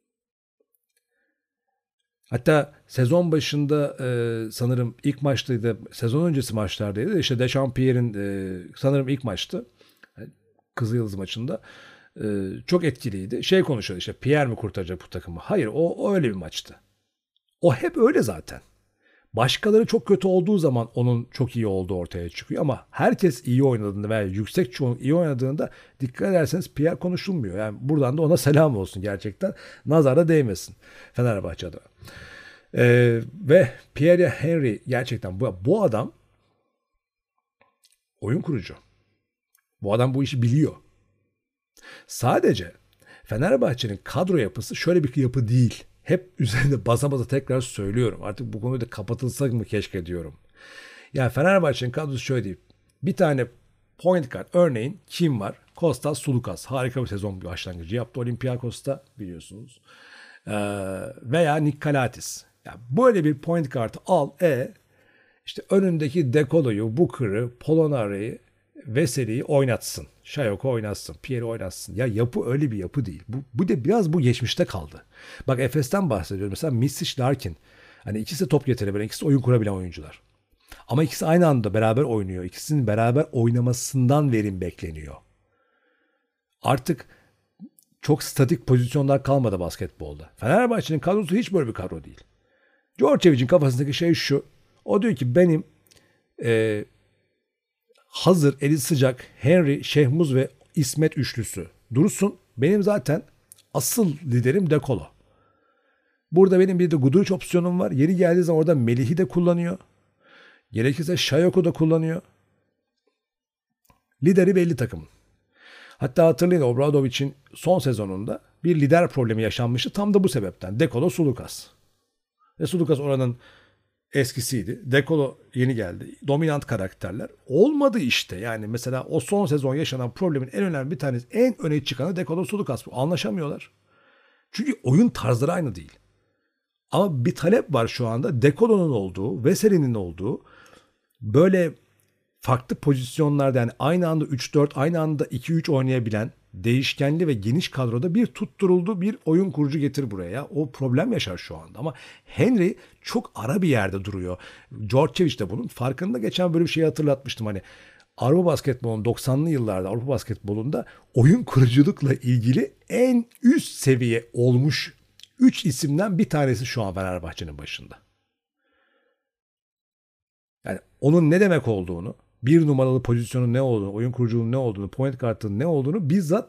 Hatta sezon başında e, sanırım ilk maçtaydı, sezon öncesi maçlardaydı. İşte Dechampierre'in e, sanırım ilk maçtı, Kızılyıldız maçında. E, çok etkiliydi. Şey konuşuyordu işte, Pierre mi kurtaracak bu takımı? Hayır, o, o öyle bir maçtı. O hep öyle zaten. Başkaları çok kötü olduğu zaman onun çok iyi olduğu ortaya çıkıyor. Ama herkes iyi oynadığında veya yüksek çoğunluk iyi oynadığında dikkat ederseniz Pierre konuşulmuyor. Yani buradan da ona selam olsun gerçekten. Nazara değmesin Fenerbahçe'de. Ee, ve Pierre Henry gerçekten bu, bu adam oyun kurucu. Bu adam bu işi biliyor. Sadece Fenerbahçe'nin kadro yapısı şöyle bir yapı değil. Hep üzerinde basa basa tekrar söylüyorum. Artık bu konuyu da kapatılsak mı keşke diyorum. Yani Fenerbahçe'nin kadrosu şöyle değil. Bir tane point guard örneğin kim var? Kostas Sulukas. Harika bir sezon başlangıcı yaptı Olympiakos'ta biliyorsunuz. Ee, veya Nikkalatis. Yani böyle bir point guard al. E işte önündeki De Colo'yu, Booker'ı, Polonara'yı, Veseli'yi oynatsın. Şayok'u oynatsın. Pierre'i oynatsın. Ya yapı öyle bir yapı değil. Bu, bu da biraz bu geçmişte kaldı. Bak Efes'ten bahsediyorum. Mesela Micic, Larkin. Hani ikisi de top getirebilen, ikisi de oyun kurabilen oyuncular. Ama ikisi aynı anda beraber oynuyor. İkisinin beraber oynamasından verim bekleniyor. Artık çok statik pozisyonlar kalmadı basketbolda. Fenerbahçe'nin kadrosu hiç böyle bir kadro değil. Djordjevic'in kafasındaki şey şu. O diyor ki benim e, hazır, eli sıcak Henry, Şehmuz ve İsmet üçlüsü dursun. Benim zaten asıl liderim De Colo. Burada benim bir de Guduric opsiyonum var. Yeri geldiği zaman orada Melih'i de kullanıyor. Gerekirse Şayok'u da kullanıyor. Lideri belli takımın. Hatta hatırlayın Obradovic'in son sezonunda bir lider problemi yaşanmıştı. Tam da bu sebepten. De Colo, Sulukas. Ve Sulukas oranın eskisiydi. De Colo yeni geldi. Dominant karakterler. Olmadı işte. Yani mesela o son sezon yaşanan problemin en önemli bir tanesi, en öne çıkanı De Colo, Sulukas. Anlaşamıyorlar. Çünkü oyun tarzları aynı değil. Ama bir talep var şu anda. De Colo'nun olduğu, Veseli'nin olduğu böyle farklı pozisyonlarda, yani aynı anda üç dört, aynı anda iki üç oynayabilen değişkenli ve geniş kadroda bir tutturuldu bir oyun kurucu getir buraya. O problem yaşar şu anda. Ama Henry çok ara bir yerde duruyor. Djordjevic de bunun farkında. Geçen böyle bir şeyi hatırlatmıştım. Hani Avrupa basketbolunun doksanlı yıllarda Avrupa basketbolunda oyun kuruculukla ilgili en üst seviye olmuş üç isimden bir tanesi şu an Fenerbahçe'nin başında. Yani onun ne demek olduğunu, bir numaralı pozisyonun ne olduğunu, oyun kuruculuğun ne olduğunu, point guard'ın ne olduğunu bizzat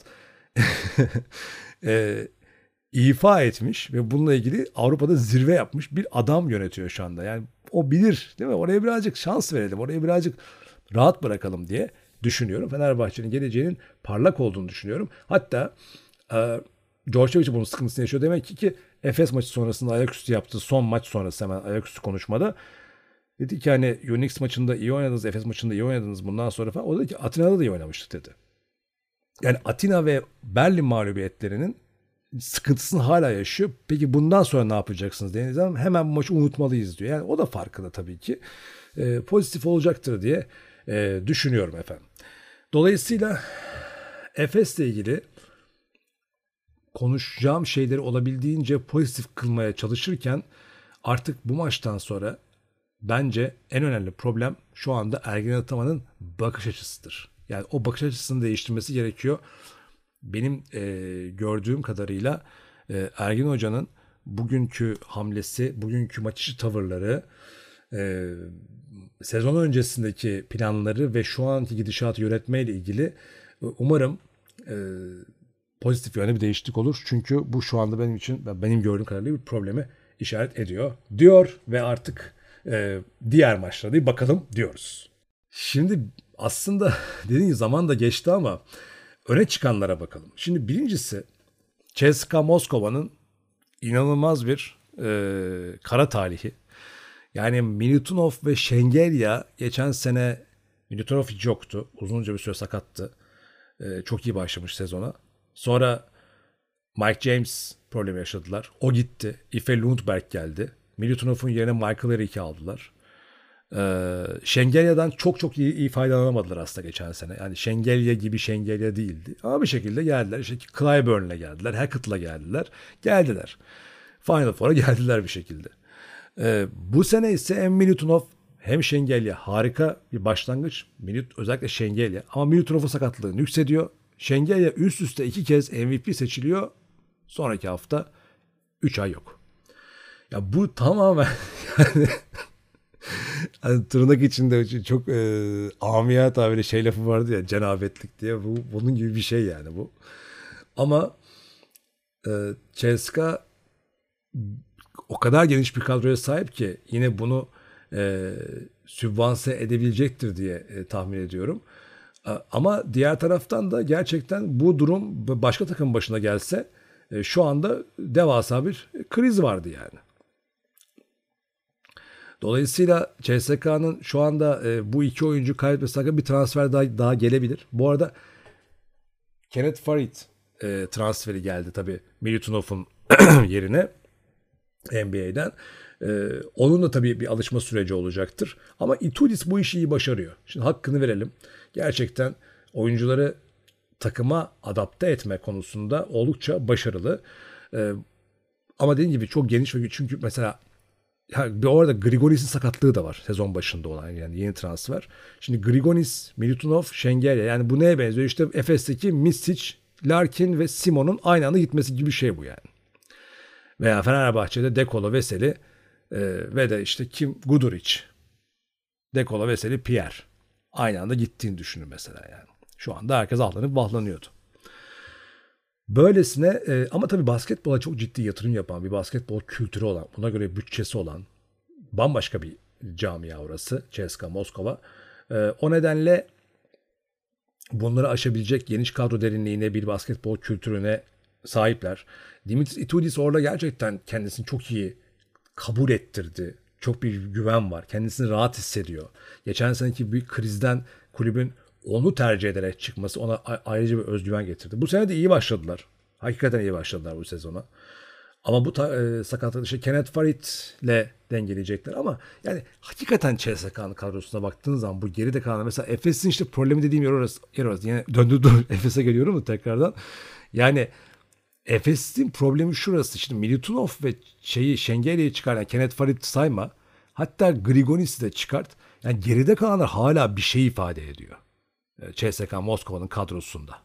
e, ifa etmiş ve bununla ilgili Avrupa'da zirve yapmış bir adam yönetiyor şu anda. Yani o bilir, değil mi? Oraya birazcık şans verelim, oraya birazcık rahat bırakalım diye düşünüyorum. Fenerbahçe'nin geleceğinin parlak olduğunu düşünüyorum. Hatta e, Djordjevic bunun sıkıntısını yaşıyor. Demek ki ki Efes maçı sonrasında ayaküstü yaptığı son maç sonrası hemen ayaküstü konuşmada dedi ki hani Unix maçında iyi oynadınız, Efes maçında iyi oynadınız bundan sonra falan. O dedi ki Atina'da da iyi oynamıştık dedi. Yani Atina ve Berlin mağlubiyetlerinin sıkıntısını hala yaşıyor. Peki bundan sonra ne yapacaksınız dediğiniz zaman hemen bu maçı unutmalıyız diyor. Yani o da farkında tabii ki. E, pozitif olacaktır diye e, düşünüyorum efendim. Dolayısıyla Efes'le ilgili konuşacağım şeyleri olabildiğince pozitif kılmaya çalışırken artık bu maçtan sonra bence en önemli problem şu anda Ergin Ataman'ın bakış açısıdır. Yani o bakış açısını değiştirmesi gerekiyor. Benim e, gördüğüm kadarıyla e, Ergin Hoca'nın bugünkü hamlesi, bugünkü maç içi tavırları, e, sezon öncesindeki planları ve şu anki gidişatı yönetmeyle ilgili e, umarım e, pozitif yönde bir değişiklik olur. Çünkü bu şu anda benim için, benim gördüğüm kadarıyla bir problemi işaret ediyor diyor ve artık e, diğer maçlara da bakalım diyoruz. Şimdi aslında dediğim gibi zaman da geçti ama öne çıkanlara bakalım. Şimdi birincisi C S K A Moskova'nın inanılmaz bir e, kara talihi. Yani Milutinov ve Şengelya geçen sene, Milutinov hiç yoktu. Uzunca bir süre sakattı. E, çok iyi başlamış sezona. Sonra Mike James problemi yaşadılar. O gitti. Ife Lundberg geldi. Milutinov'un yerine Michael Erik'i aldılar. Ee, Şengelya'dan çok çok iyi, iyi faydalanamadılar aslında geçen sene. Yani Şengelya gibi Şengelya değildi. Ama bir şekilde geldiler. İşte Clyburn'la geldiler. Hackett'la geldiler. Geldiler. Final Four'a geldiler bir şekilde. Ee, bu sene ise hem Milutinov hem Şengelya harika bir başlangıç. Milut, özellikle Şengelya. Ama Milutinov'un sakatlığı yükseliyor. Şengelya üst üste iki kez M V P seçiliyor. Sonraki hafta üç ay yok. Ya bu tamamen yani, yani tırnak içinde çok e, amiyat tabiri şey lafı vardı ya, cenabetlik diye. Bu bunun gibi bir şey yani bu. Ama e, C S K A o kadar geniş bir kadroya sahip ki yine bunu e, sübvanse edebilecektir diye e, tahmin ediyorum. E, ama diğer taraftan da gerçekten bu durum başka takım başına gelse e, şu anda devasa bir kriz vardı yani. Dolayısıyla C S K A'nın şu anda e, bu iki oyuncu kaybetmesi hakkında bir transfer daha, daha gelebilir. Bu arada Kenneth Farid e, transferi geldi tabii Milutinov'un yerine N B A'den. E, onun da tabii bir alışma süreci olacaktır. Ama Itudis bu işi iyi başarıyor. Şimdi hakkını verelim. Gerçekten oyuncuları takıma adapte etme konusunda oldukça başarılı. E, ama dediğim gibi çok geniş ve çünkü mesela ya bir orada Grigonis'in sakatlığı da var sezon başında olan, yani yeni transfer. Şimdi Grigonis, Milutinov, Şengelya, yani bu neye benziyor? İşte Efes'teki Misic, Larkin ve Simon'un aynı anda gitmesi gibi bir şey bu yani. Veya Fenerbahçe'de Dekolo, Veseli e, ve de işte kim? Guduric. Dekolo, Veseli, Pierre. Aynı anda gittiğini düşünün mesela yani. Şu anda herkes ahlanıp vahlanıyordu. Böylesine e, ama tabii basketbola çok ciddi yatırım yapan, bir basketbol kültürü olan, buna göre bütçesi olan bambaşka bir camia orası C S K A Moskova. E, o nedenle bunları aşabilecek geniş kadro derinliğine, bir basketbol kültürüne sahipler. Dimitris Itudis orada gerçekten kendisini çok iyi kabul ettirdi. Çok bir güven var. Kendisini rahat hissediyor. Geçen seneki büyük krizden kulübün onu tercih ederek çıkması ona ayrıca bir özgüven getirdi. Bu sene de iyi başladılar. Hakikaten iyi başladılar bu sezona. Ama bu ta, e, sakatlık işte Kenneth Farid'le dengeleyecekler. Ama yani hakikaten C S K A'nın kadrosuna baktığınız zaman bu geride kalan, mesela Efes'in işte problemi dediğim yer orası. Yer orası. Yine döndürdüm Efes'e geliyorum da tekrardan. Yani Efes'in problemi şurası. Şimdi Milutinov ve şeyi Şengelya'yı çıkar. Yani Kenneth Farid sayma. Hatta Grigonis'i de çıkart. Yani geride kalanlar hala bir şey ifade ediyor. C S K A Moskova'nın kadrosunda.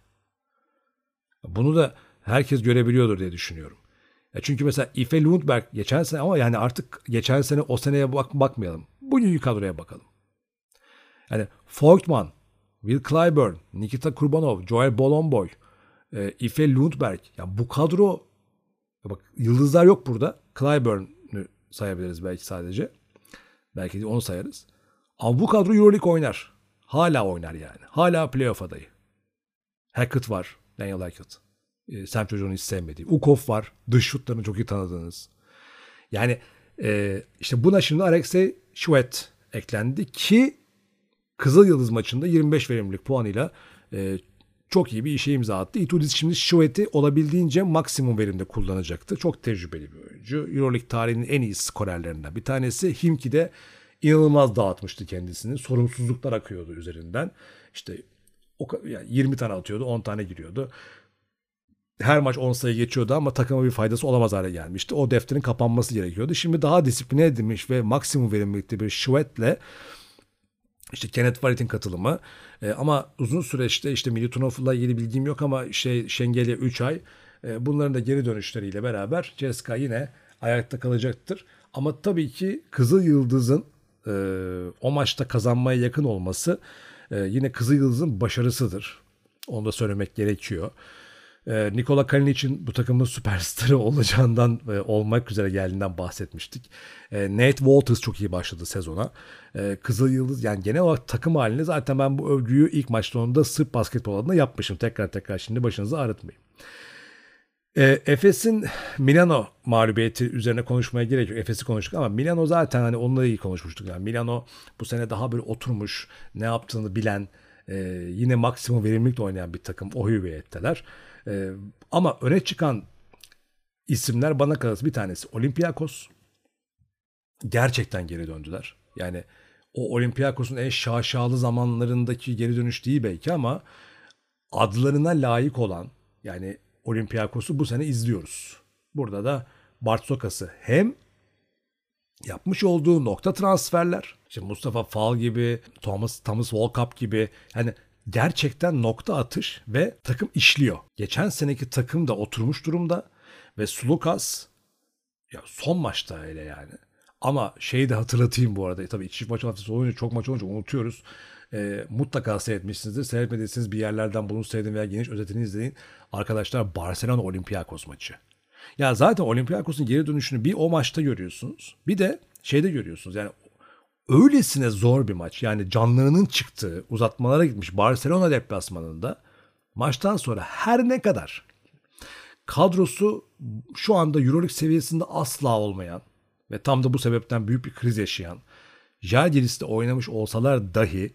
Bunu da herkes görebiliyordur diye düşünüyorum. Ya çünkü mesela Ife Lundberg geçen sene, ama yani artık geçen sene o seneye bak bakmayalım. Bugünkü kadroya bakalım. Yani Voigtman, Will Clyburn, Nikita Kurbanov, Joel Bolomboy, Ife Lundberg. Ya bu kadro, bak yıldızlar yok burada. Clyburn'u sayabiliriz belki sadece. Belki de onu sayarız. Ama bu kadro Euroleague oynar. Hala oynar yani. Hala playoff adayı. Hackett var. Daniel Hackett. E, Sam çocuğunu hiç sevmediği. Ukov var. Dış şutlarını çok iyi tanıdığınız. Yani e, işte buna şimdi Alexey Shved eklendi ki Kızıl Yıldız maçında yirmi beş verimlilik puanıyla e, çok iyi bir işe imza attı. Itudis şimdi Shved'i olabildiğince maksimum verimde kullanacaktı. Çok tecrübeli bir oyuncu. Euroleague tarihinin en iyi skorerlerinden bir tanesi. Himki'de inanılmaz dağıtmıştı kendisini. Sorumsuzluklar akıyordu üzerinden. İşte o, yani yirmi tane atıyordu, on tane giriyordu. Her maç on sayı geçiyordu ama takıma bir faydası olamaz hale gelmişti. O defterin kapanması gerekiyordu. Şimdi daha disipline edilmiş ve maksimum verimlilikte bir Shved'le işte Kenneth Farid'in katılımı. E, ama uzun süreçte işte Milutinov'la ilgili bilgim yok ama şey Şengelya üç ay, E, bunların da geri dönüşleriyle beraber C S K A yine ayakta kalacaktır. Ama tabii ki Kızıl Yıldız'ın e, o maçta kazanmaya yakın olması e, yine Kızıl Yıldız'ın başarısıdır. Onu da söylemek gerekiyor. E, Nikola Kalinic'in bu takımın süperstarı olacağından e, olmak üzere geldiğinden bahsetmiştik. E, Nate Walters çok iyi başladı sezona. E, Kızıl Yıldız yani genel olarak takım halinde zaten ben bu övgüyü ilk maçta onda Sırp basketbol adına yapmışım. Tekrar tekrar şimdi başınızı ağrıtmayayım. E, Efes'in Milano mağlubiyeti üzerine konuşmaya gerek yok. Efes'i konuştuk ama Milano zaten hani onunla iyi konuşmuştuk. Yani Milano bu sene daha böyle oturmuş, ne yaptığını bilen, e, yine maksimum verimlilikle oynayan bir takım. O hüviyetteler. E, ama öne çıkan isimler bana kalırsa bir tanesi Olympiakos. Gerçekten geri döndüler. Yani o Olympiakos'un en şaşalı zamanlarındaki geri dönüş değil belki ama adlarına layık olan yani Olympiakos'u bu sene izliyoruz. Burada da Bartsokas'ı hem yapmış olduğu nokta transferler, işte Mustafa Fall gibi, Thomas Thomas Walkup gibi yani gerçekten nokta atış ve takım işliyor. Geçen seneki takım da oturmuş durumda ve Sulukas ya son maçta öyle yani. Ama şeyi de hatırlatayım bu arada. Tabii çift maç haftası olunca çok maç olunca unutuyoruz. E, mutlaka seyretmişsinizdir. Seyretmediyseniz bir yerlerden bunu seyredin veya geniş özetini izleyin. Arkadaşlar Barcelona Olympiakos maçı. Ya zaten Olympiakos'un geri dönüşünü bir o maçta görüyorsunuz. Bir de şeyde görüyorsunuz. Yani öylesine zor bir maç. Yani canlarının çıktığı uzatmalara gitmiş Barcelona deplasmanında maçtan sonra her ne kadar kadrosu şu anda EuroLeague seviyesinde asla olmayan ve tam da bu sebepten büyük bir kriz yaşayan Žalgiris'te oynamış olsalar dahi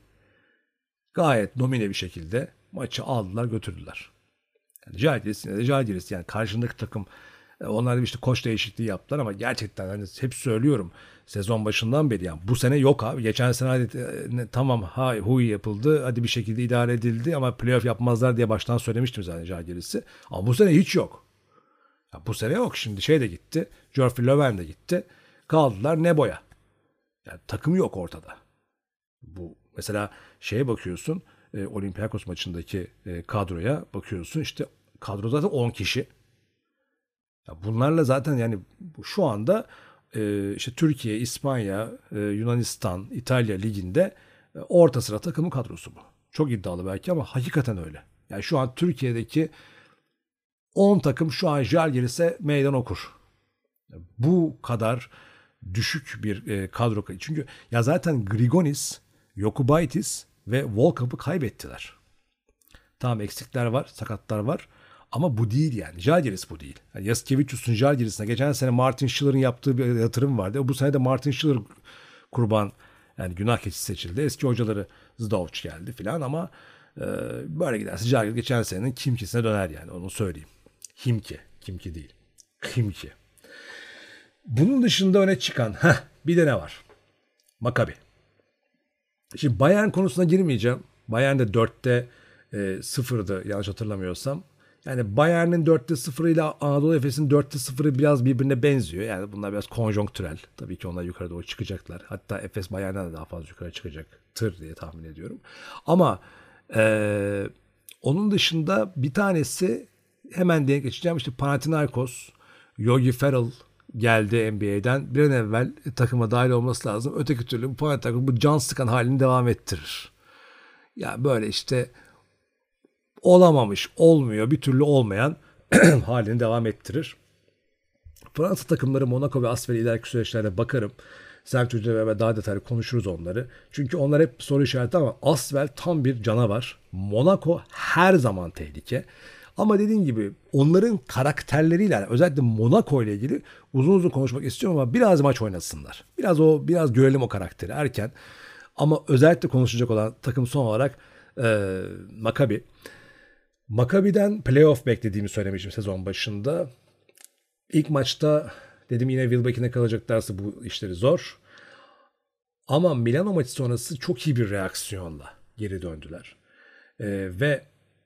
gayet domine bir şekilde maçı aldılar götürdüler. Yani Žalgiris yine de Žalgiris yani karşındaki takım onlar da işte koç değişikliği yaptılar ama gerçekten hani hep söylüyorum sezon başından beri yani bu sene yok abi. Geçen sene hadi ne, tamam hay huy yapıldı hadi bir şekilde idare edildi ama playoff yapmazlar diye baştan söylemiştim zaten Žalgiris'i. Ama bu sene hiç yok. Ya bu sene yok şimdi şey de gitti. Geoffrey Löwen de gitti. Kaldılar Nebo'ya. Yani takım yok ortada. Bu mesela şeye bakıyorsun e, Olympiakos maçındaki e, kadroya bakıyorsun işte kadro zaten on kişi. Ya bunlarla zaten yani şu anda e, işte Türkiye, İspanya, e, Yunanistan, İtalya liginde e, orta sıra takımın kadrosu bu. Çok iddialı belki ama hakikaten öyle. Yani şu an Türkiye'deki on takım şu an Žalgiris'e meydan okur. Bu kadar düşük bir e, kadro. Çünkü ya zaten Grigonis, Jokubaitis ve Volkup'u kaybettiler. Tamam eksikler var, sakatlar var. Ama bu değil yani. Žalgiris bu değil. Yani Jasikevicius'un Žalgiris'ine geçen sene Martin Schiller'ın yaptığı bir yatırım vardı. Bu sene de Martin Schiller kurban yani günah keçisi seçildi. Eski hocaları Zdovc geldi filan ama e, böyle giderse Žalgiris geçen senenin Kimki'sine döner yani onu söyleyeyim. Himki. Kimki değil. Kimki. Bunun dışında öne çıkan heh, bir de ne var? Maccabi. Şimdi Bayern konusuna girmeyeceğim. Bayern de dörtte e, sıfırdı yanlış hatırlamıyorsam. Yani Bayern'in dörtte sıfırı ile Anadolu Efes'in dörtte sıfırı biraz birbirine benziyor. Yani bunlar biraz konjonktürel. Tabii ki onlar yukarı doğru çıkacaklar. Hatta Efes Bayern'den de daha fazla yukarı çıkacaktır diye tahmin ediyorum. Ama e, onun dışında bir tanesi hemen denk geçeceğim. İşte Panathinaikos, Yogi Ferrell geldi N B A'den. Bir an evvel takıma dahil olması lazım. Öteki türlü bu Panathinaikos bu can sıkan halini devam ettirir. Yani böyle işte olamamış, olmuyor, bir türlü olmayan halini devam ettirir. Fransa takımları Monaco ve Asvel'e ileriki süreçlerde bakarım. Sert Hoca'yla beraber daha detaylı konuşuruz onları. Çünkü onlar hep soru işareti ama Asvel tam bir canavar. Monaco her zaman tehlike. Ama dediğim gibi onların karakterleriyle yani özellikle Monaco ile ilgili uzun uzun konuşmak istiyorum ama biraz maç oynasınlar. Biraz o biraz görelim o karakteri erken. Ama özellikle konuşacak olan takım son olarak e, Maccabi. Maccabi'den playoff beklediğimi söylemiştim sezon başında. İlk maçta dedim yine Wilbeck'ine kalacaklarsa bu işleri zor. Ama Milano maçı sonrası çok iyi bir reaksiyonla geri döndüler. Ee, ve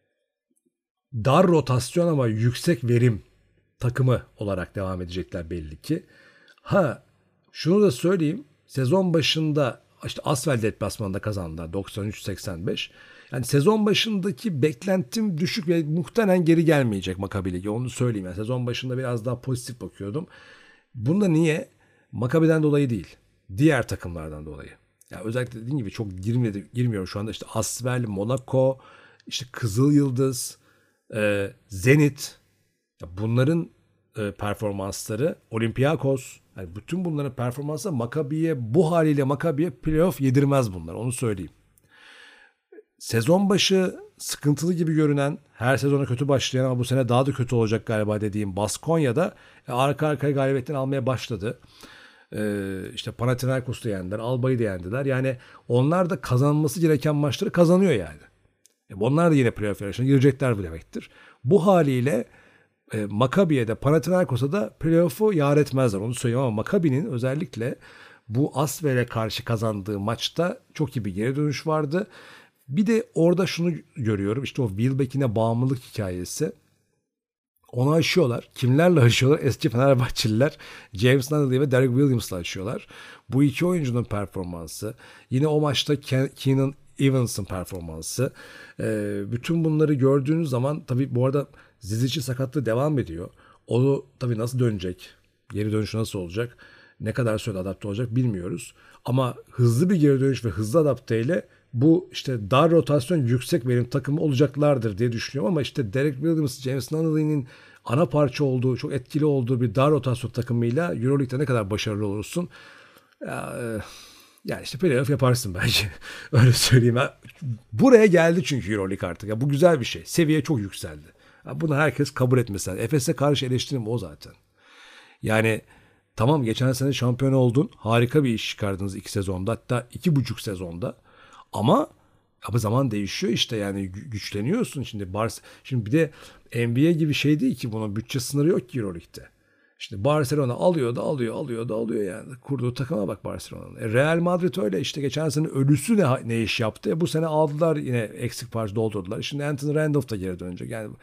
dar rotasyon ama yüksek verim takımı olarak devam edecekler belli ki. Ha şunu da söyleyeyim. Sezon başında işte Asvel deplasmanında kazandılar doksan üç seksen beş. Yani sezon başındaki beklentim düşük ve muhtemelen geri gelmeyecek Maccabi Ligi. Onu söyleyeyim. Yani sezon başında biraz daha pozitif bakıyordum. Bunda niye? Maccabi'den dolayı değil. Diğer takımlardan dolayı. Yani özellikle dediğim gibi çok girmedi, girmiyorum şu anda. İşte Asvel, Monaco, işte Kızıl Yıldız, e, Zenit. Ya bunların e, performansları, Olympiakos. Yani bütün bunların performansı Maccabi'ye, bu haliyle Maccabi'ye playoff yedirmez bunlar. Onu söyleyeyim. Sezon başı sıkıntılı gibi görünen, her sezona kötü başlayan ama bu sene daha da kötü olacak galiba dediğim Baskonya'da arka arkaya galibiyetlerini almaya başladı. Ee, işte Panathinaikos'u yendiler, Alba'yı da yendiler. Yani onlar da kazanması gereken maçları kazanıyor yani. E onlar da yine playoff yarışına girecekler bu demektir. Bu haliyle e, Maccabi'ye de Panathinaikos'a da playoff'u yar etmezler. Onu söyleyeyim ama Maccabi'nin özellikle bu Asvel'e karşı kazandığı maçta çok iyi bir geri dönüş vardı. Bir de orada şunu görüyorum. İşte o Wilbeck'ine bağımlılık hikayesi. Onu aşıyorlar. Kimlerle aşıyorlar? Eski Fenerbahçeliler James Nunnally ve Derek Williams'la aşıyorlar. Bu iki oyuncunun performansı. Yine o maçta Keenan Evans'ın performansı. Ee, bütün bunları gördüğünüz zaman tabii bu arada Zizic'in sakatlığı devam ediyor. O tabii nasıl dönecek? Geri dönüş nasıl olacak? Ne kadar süre adapte olacak bilmiyoruz. Ama hızlı bir geri dönüş ve hızlı adapteyle bu işte dar rotasyon yüksek verim takımı olacaklardır diye düşünüyorum ama işte Derek Williams, James Nunnally'nin ana parça olduğu, çok etkili olduğu bir dar rotasyon takımıyla EuroLeague'de ne kadar başarılı olursun? Ya, yani işte playoff yaparsın bence. Öyle söyleyeyim. Buraya geldi çünkü EuroLeague artık. Ya bu güzel bir şey. Seviye çok yükseldi. Ya bunu herkes kabul etmesi lazım. Efes'e karşı eleştirim o zaten. Yani tamam geçen sene şampiyon oldun. Harika bir iş çıkardınız iki sezonda. Hatta iki buçuk sezonda. Ama ama zaman değişiyor işte yani güçleniyorsun şimdi. Bars şimdi bir de N B A gibi şey değil ki bunun bütçe sınırı yok ki EuroLeague'de. İşte Barcelona alıyor da alıyor, alıyor da alıyor yani. Kurduğu takıma bak Barcelona'nın. E Real Madrid öyle işte geçen sene ölüsü ne, ne iş yaptı. E bu sene aldılar yine eksik parça doldurdular. Şimdi Anthony Randolph da geri dönecek. Yani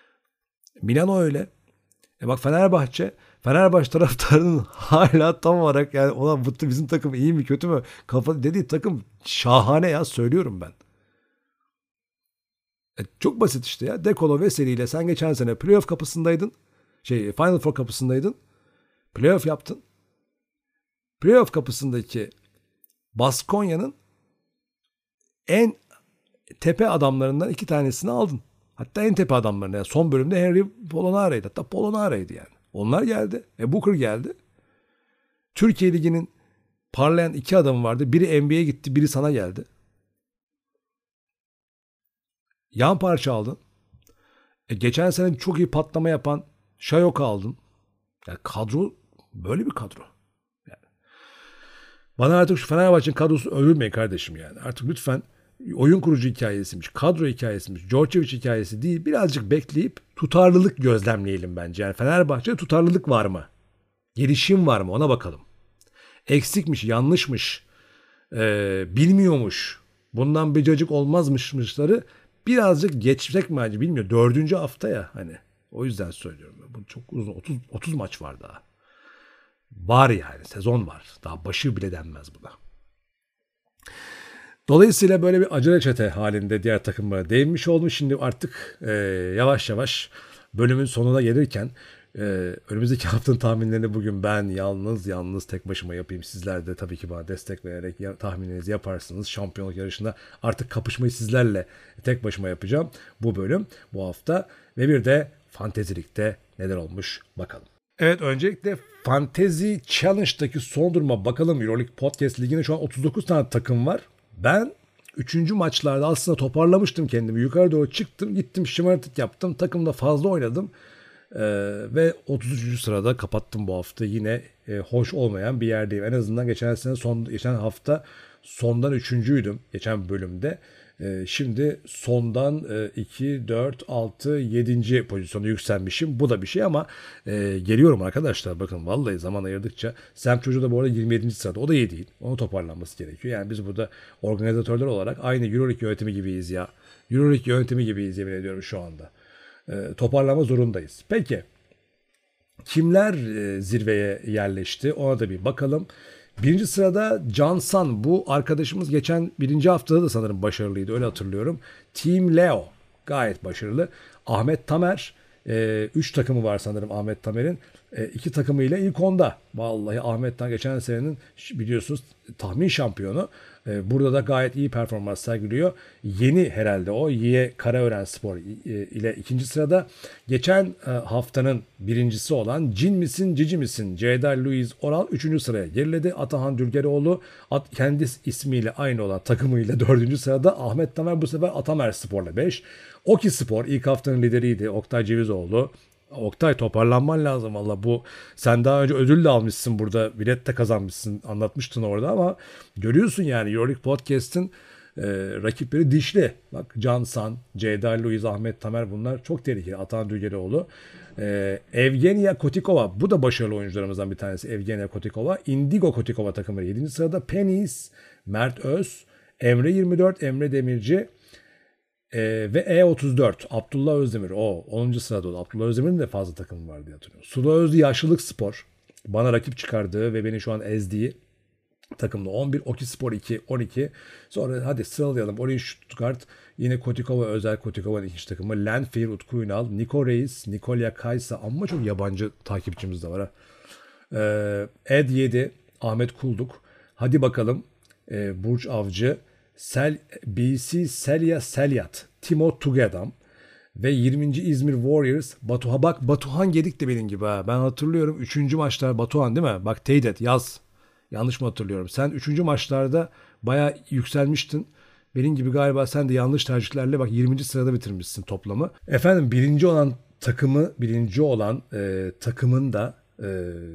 Milano öyle. E bak Fenerbahçe, Fenerbahçe taraftarının hala tam olarak yani ona bizim takım iyi mi kötü mü kafa dediği takım şahane ya söylüyorum ben. E çok basit işte ya. Dekolo Veseli ile sen geçen sene playoff kapısındaydın. Şey Final Four kapısındaydın. Playoff yaptın. Playoff kapısındaki Baskonya'nın en tepe adamlarından iki tanesini aldın. Hatta en tepe adamlarından. Yani son bölümde Henry Polonara'ydı. Hatta Polonara'ydı yani. Onlar geldi. E Booker geldi. Türkiye Ligi'nin parlayan iki adamı vardı. Biri N B A'ye gitti, biri sana geldi. Yan parça aldın. E geçen sene çok iyi patlama yapan Şayok'u aldın. Yani kadro böyle bir kadro. Yani. Bana artık şu Fenerbahçe'nin kadrosu övülmeyin kardeşim yani. Artık lütfen oyun kurucu hikayesiymiş, kadro hikayesiymiş, Djordjevic hikayesi değil. Birazcık bekleyip tutarlılık gözlemleyelim bence. Yani Fenerbahçe'de tutarlılık var mı? Gelişim var mı? Ona bakalım. Eksikmiş, yanlışmış, ee, bilmiyormuş, bundan bir cacık olmazmışmışları birazcık geçecek mi acaba bilmiyorum. Dördüncü hafta ya hani. O yüzden söylüyorum. Bu çok uzun. otuz, otuz maç var daha. Var yani. Sezon var. Daha başı bile denmez buna. Dolayısıyla böyle bir acele çete halinde diğer takımlara değinmiş oldum. Şimdi artık e, yavaş yavaş bölümün sonuna gelirken e, önümüzdeki haftanın tahminlerini bugün ben yalnız yalnız tek başıma yapayım. Sizler de tabii ki bana destek vererek ya, tahminlerinizi yaparsınız. Şampiyonluk yarışında artık kapışmayı sizlerle tek başıma yapacağım bu bölüm bu hafta. Ve bir de Fantezilik'te neler olmuş bakalım. Evet öncelikle Fantasy Challenge'daki son duruma bakalım. EuroLeague Podcast Ligi'nde şu an otuz dokuz tane takım var. Ben üçüncü maçlarda aslında toparlamıştım kendimi. Yukarı doğru çıktım. Gittim şımartık yaptım. Takımda fazla oynadım. Ee, ve otuz üçüncü sırada kapattım bu hafta. Yine e, hoş olmayan bir yerdeyim. En azından geçen sene son geçen hafta sondan üçüncüydüm. Geçen bölümde. Ee, şimdi sondan e, iki, dört, altı, yedinci pozisyona yükselmişim. Bu da bir şey ama e, geliyorum arkadaşlar. Bakın vallahi zaman ayırdıkça. Sam Çocuğu da bu arada yirmi yedinci sırada. O da iyi değil. Onun toparlanması gerekiyor. Yani biz burada organizatörler olarak aynı EuroLeague yönetimi gibiyiz ya. EuroLeague yönetimi gibiyiz yemin ediyorum şu anda. E, toparlama zorundayız. Peki. Kimler e, zirveye yerleşti? Ona da bir bakalım. Birinci sırada Can San. Bu arkadaşımız geçen birinci haftada da sanırım başarılıydı. Öyle hatırlıyorum. Team Leo. Gayet başarılı. Ahmet Tamer. E, üç takımı var sanırım Ahmet Tamer'in. E, iki takımıyla ilk onda. Vallahi Ahmet Tamer geçen senenin biliyorsunuz tahmin şampiyonu. E, burada da gayet iyi performans sergiliyor. Yeni herhalde o. Y Karaören Spor ile ikinci sırada. Geçen e, haftanın birincisi olan Cin misin Cici misin? Ceyda Louise Oral üçüncü sıraya geriledi. Atahan Dülgeroğlu at, kendi ismiyle aynı olan takımıyla dördüncü sırada. Ahmet Tamer bu sefer Atamer Spor'la beş. Oki Spor ilk haftanın lideriydi. Oktay Cevizoğlu. Oktay toparlanman lazım valla bu. Sen daha önce ödül de almışsın burada. Bilet de kazanmışsın. Anlatmıştın orada ama görüyorsun yani Euroleague Podcast'ın e, rakipleri dişli. Bak Can San, Ceyda Louise, Ahmet Tamer bunlar çok tehlikeli. Atahan Dülgeroğlu. E, Evgenia Kotikova. Bu da başarılı oyuncularımızdan bir tanesi. Evgenia Kotikova. Indigo Kotikova takımları yedinci sırada. Penis, Mert Öz, Emre yirmi dört, Emre Demirci. Ee, ve E otuz dört Abdullah Özdemir o onuncu sırada oldu. Abdullah Özdemir'in de fazla takımı var diye hatırlıyorum. Sula Özlü Yaşlılık Spor bana rakip çıkardığı ve beni şu an ezdiği takımda on bir. Oki Spor iki on iki. Sonra hadi sıralayalım. Orange Stuttgart yine Kotikova Özel Kotikova'nın ikinci takımı. Landfear Utku Ünal, Niko Reis, Nikolya Kaysa ama çok yabancı takipçimiz de var ha. Ee, Ed yedi Ahmet Kulduk. Hadi bakalım ee, Burç Avcı, Sel, B C Selya Selyat, Timo Tugedam ve yirminci İzmir Warriors. Batuhan bak Batuhan Gedik de benim gibi ha. Ben hatırlıyorum üçüncü maçlar Batuhan değil mi? Bak teyit et yaz. Yanlış mı hatırlıyorum? Sen üçüncü maçlarda bayağı yükselmiştin. Benim gibi galiba sen de yanlış tercihlerle bak yirminci sırada bitirmişsin toplamı. Efendim birinci olan takımı, birinci olan e, takımın da e,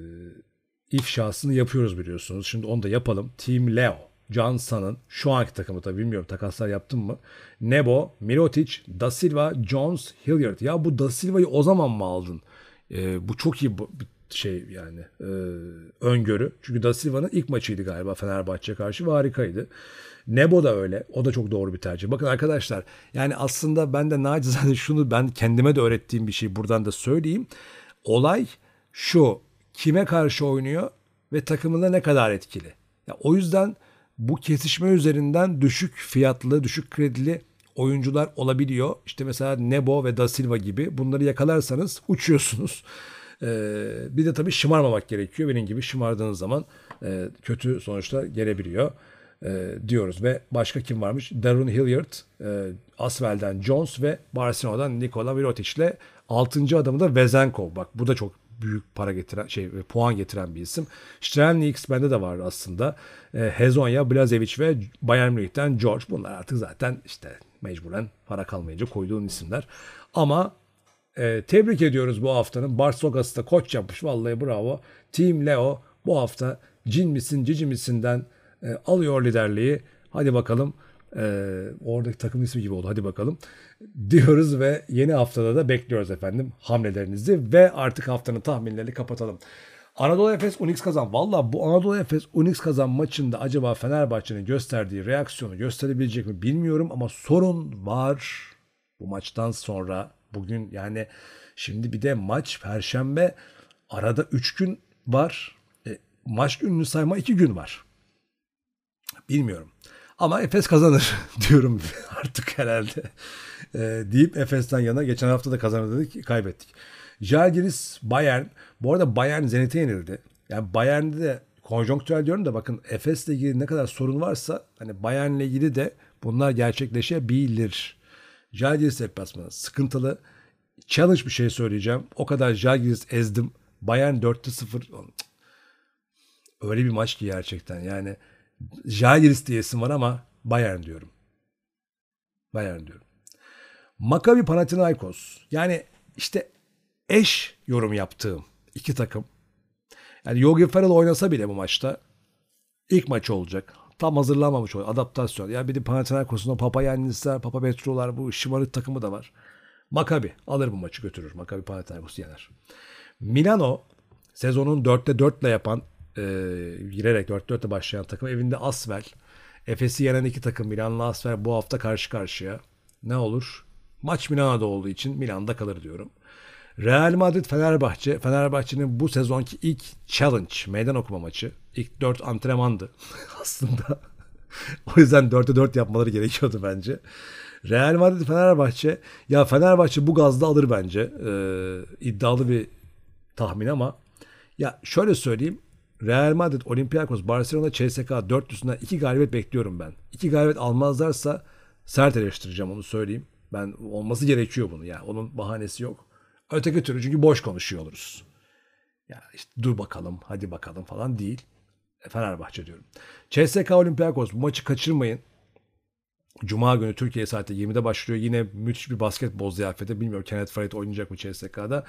ifşasını yapıyoruz biliyorsunuz. Şimdi onu da yapalım. Team Leo. Can San'ın şu anki takımı tabii bilmiyorum takaslar yaptım mı? Nebo, Mirotic, Da Silva, Jones, Hilliard. Ya bu Da Silva'yı o zaman mı aldın? Ee, bu çok iyi bir şey yani e, öngörü. Çünkü Da Silva'nın ilk maçıydı galiba Fenerbahçe'ye karşı ve harikaydı. Nebo da öyle. O da çok doğru bir tercih. Bakın arkadaşlar yani aslında ben de nacizane şunu ben kendime de öğrettiğim bir şey buradan da söyleyeyim. Olay şu. Kime karşı oynuyor ve takımında ne kadar etkili? Ya o yüzden bu kesişme üzerinden düşük fiyatlı, düşük kredili oyuncular olabiliyor. İşte mesela Nebo ve Da Silva gibi bunları yakalarsanız uçuyorsunuz. Ee, bir de tabii şımarmamak gerekiyor. Benim gibi şımardığınız zaman e, kötü sonuçlar gelebiliyor e, diyoruz. Ve başka kim varmış? Darren Hilliard, e, Asvel'den Jones ve Barcelona'dan Nikola Mirotic ile altıncı adamı da Vezenkov. Bak bu da çok büyük para getiren şey puan getiren bir isim. Strelnieks bende de var aslında. E, Hezonya, Blazevic ve Bayern Münih'ten George. Bunlar artık zaten işte mecburen para kalmayınca koyduğun isimler. Ama e, tebrik ediyoruz bu haftanın. Barsogas'ı da koç yapmış. Vallahi bravo. Team Leo bu hafta cin misin cici misinden e, alıyor liderliği. Hadi bakalım. Ee, oradaki takım ismi gibi oldu. Hadi bakalım diyoruz ve yeni haftada da bekliyoruz efendim hamlelerinizi ve artık haftanın tahminlerini kapatalım. Anadolu Efes Unix kazan. Valla bu Anadolu Efes Unix kazan maçında acaba Fenerbahçe'nin gösterdiği reaksiyonu gösterebilecek mi bilmiyorum ama sorun var bu maçtan sonra. Bugün yani şimdi bir de maç Perşembe, arada üç gün var. E, maç gününü sayma iki gün var. Bilmiyorum. Ama Efes kazanır diyorum artık herhalde. E, deyip Efes'ten yana geçen hafta da kazanır dedik, kaybettik. Žalgiris Bayern. Bu arada Bayern Zenit'e yenildi. Yani Bayern'de de konjonktürel diyorum da bakın Efes'le ilgili ne kadar sorun varsa hani Bayern'le ilgili de bunlar gerçekleşebilir. Žalgiris deplasmanı sıkıntılı. Challenge bir şey söyleyeceğim. O kadar Žalgiris ezdim. Bayern dörtte sıfır. Öyle bir maç ki gerçekten yani. Žalgiris diyesim var ama Bayern diyorum. Bayern diyorum. Maccabi Panathinaikos. Yani işte eş yorum yaptığım iki takım. Yani Yogi Ferrell oynasa bile bu maçta ilk maçı olacak. Tam hazırlanmamış oluyor. Adaptasyon. Yani bir de Panathinaikos'un o Papa Yannisler, Papa Petro'lar bu şımarık takımı da var. Maccabi alır bu maçı götürür. Maccabi Panathinaikos'u yener. Milano sezonun dörtte dörtle yapan e, girerek dört dörtle başlayan takım evinde Asvel. Efes'i yenen iki takım Milan'la Asvel bu hafta karşı karşıya. Ne olur? Maç Milano'da olduğu için Milan'da kalır diyorum. Real Madrid Fenerbahçe. Fenerbahçe'nin bu sezonki ilk challenge meydan okuma maçı. İlk dört antrenmandı aslında. O yüzden dörtte dört yapmaları gerekiyordu bence. Real Madrid Fenerbahçe. Ya Fenerbahçe bu gazda alır bence. Ee, iddialı bir tahmin ama ya şöyle söyleyeyim. Real Madrid, Olympiakos, Barcelona, C S K dörtlüsünden iki galibiyet bekliyorum ben. İki galibiyet almazlarsa sert eleştireceğim, onu söyleyeyim. Ben olması gerekiyor bunu. Yani onun bahanesi yok. Öteki türlü çünkü boş konuşuyor oluruz. Ya işte dur bakalım, hadi bakalım falan değil. Fenerbahçe diyorum. C S K Olympiakos, bu maçı kaçırmayın. Cuma günü Türkiye saati yirmide başlıyor. Yine müthiş bir basketbol ziyafeti. Bilmiyorum Kenneth Faried oynayacak mı C S K'da.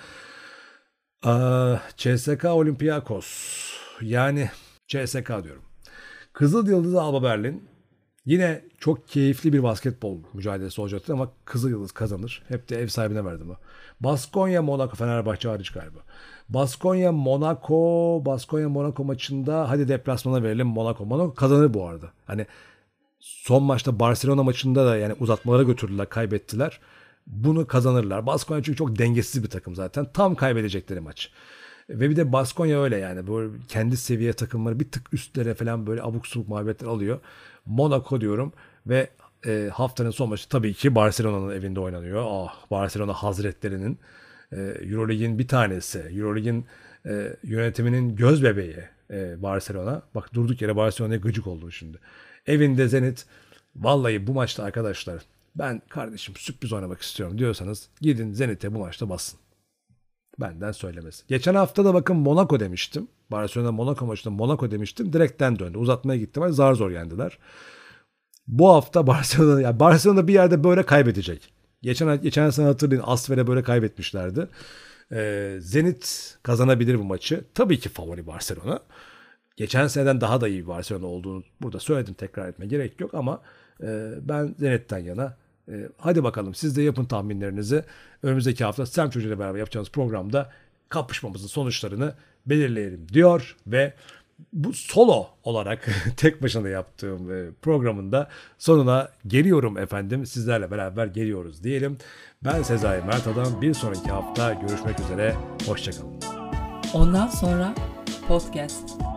Ee, C S K Olympiakos. Yani C S K diyorum. Kızıl Yıldız Alba Berlin. Yine çok keyifli bir basketbol mücadelesi olacaktır ama Kızıl Yıldız kazanır. Hep de ev sahibine verdim o. Baskonya Monaco, Fenerbahçe hariç galiba. Baskonya Monaco, Baskonya Monaco maçında hadi deplasmana verelim Monaco. Monaco kazanır bu arada. Hani son maçta Barcelona maçında da yani uzatmalara götürdüler, kaybettiler. Bunu kazanırlar. Baskonya çünkü çok dengesiz bir takım zaten. Tam kaybedecekleri maç. Ve bir de Baskonya öyle yani. Böyle kendi seviye takımları bir tık üstlere falan böyle abuk subuk muhabbetler alıyor. Monaco diyorum ve e, haftanın son maçı tabii ki Barcelona'nın evinde oynanıyor. Ah, Barcelona Hazretlerinin e, Eurolig'in bir tanesi. Eurolig'in e, yönetiminin göz bebeği e, Barcelona. Bak durduk yere Barcelona'ya gıcık oldum şimdi. Evinde Zenit. Vallahi bu maçta arkadaşlar ben kardeşim sürpriz oynamak istiyorum diyorsanız gidin Zenit'e bu maçta basın. Benden söylemesi. Geçen hafta da bakın Monaco demiştim. Barcelona Monaco maçında Monaco demiştim. Direkten döndü. Uzatmaya gitti var. Zar zor yendiler. Bu hafta Barcelona yani Barcelona bir yerde böyle kaybedecek. Geçen geçen sene hatırlayın Asfer'e böyle kaybetmişlerdi. Ee, Zenit kazanabilir bu maçı. Tabii ki favori Barcelona. Geçen seneden daha da iyi bir Barcelona olduğunu burada söyledim, tekrar etme gerek yok ama e, ben Zenit'ten yana. E, hadi bakalım siz de yapın tahminlerinizi. Önümüzdeki hafta Sem Çocuğu ile beraber yapacağımız programda kapışmamızın sonuçlarını belirleyelim diyor ve bu solo olarak tek başına yaptığım e, programın da sonuna geliyorum efendim. Sizlerle beraber geliyoruz diyelim. Ben Sezai Mert Adam. Bir sonraki hafta görüşmek üzere. Hoşçakalın. Ondan sonra podcast.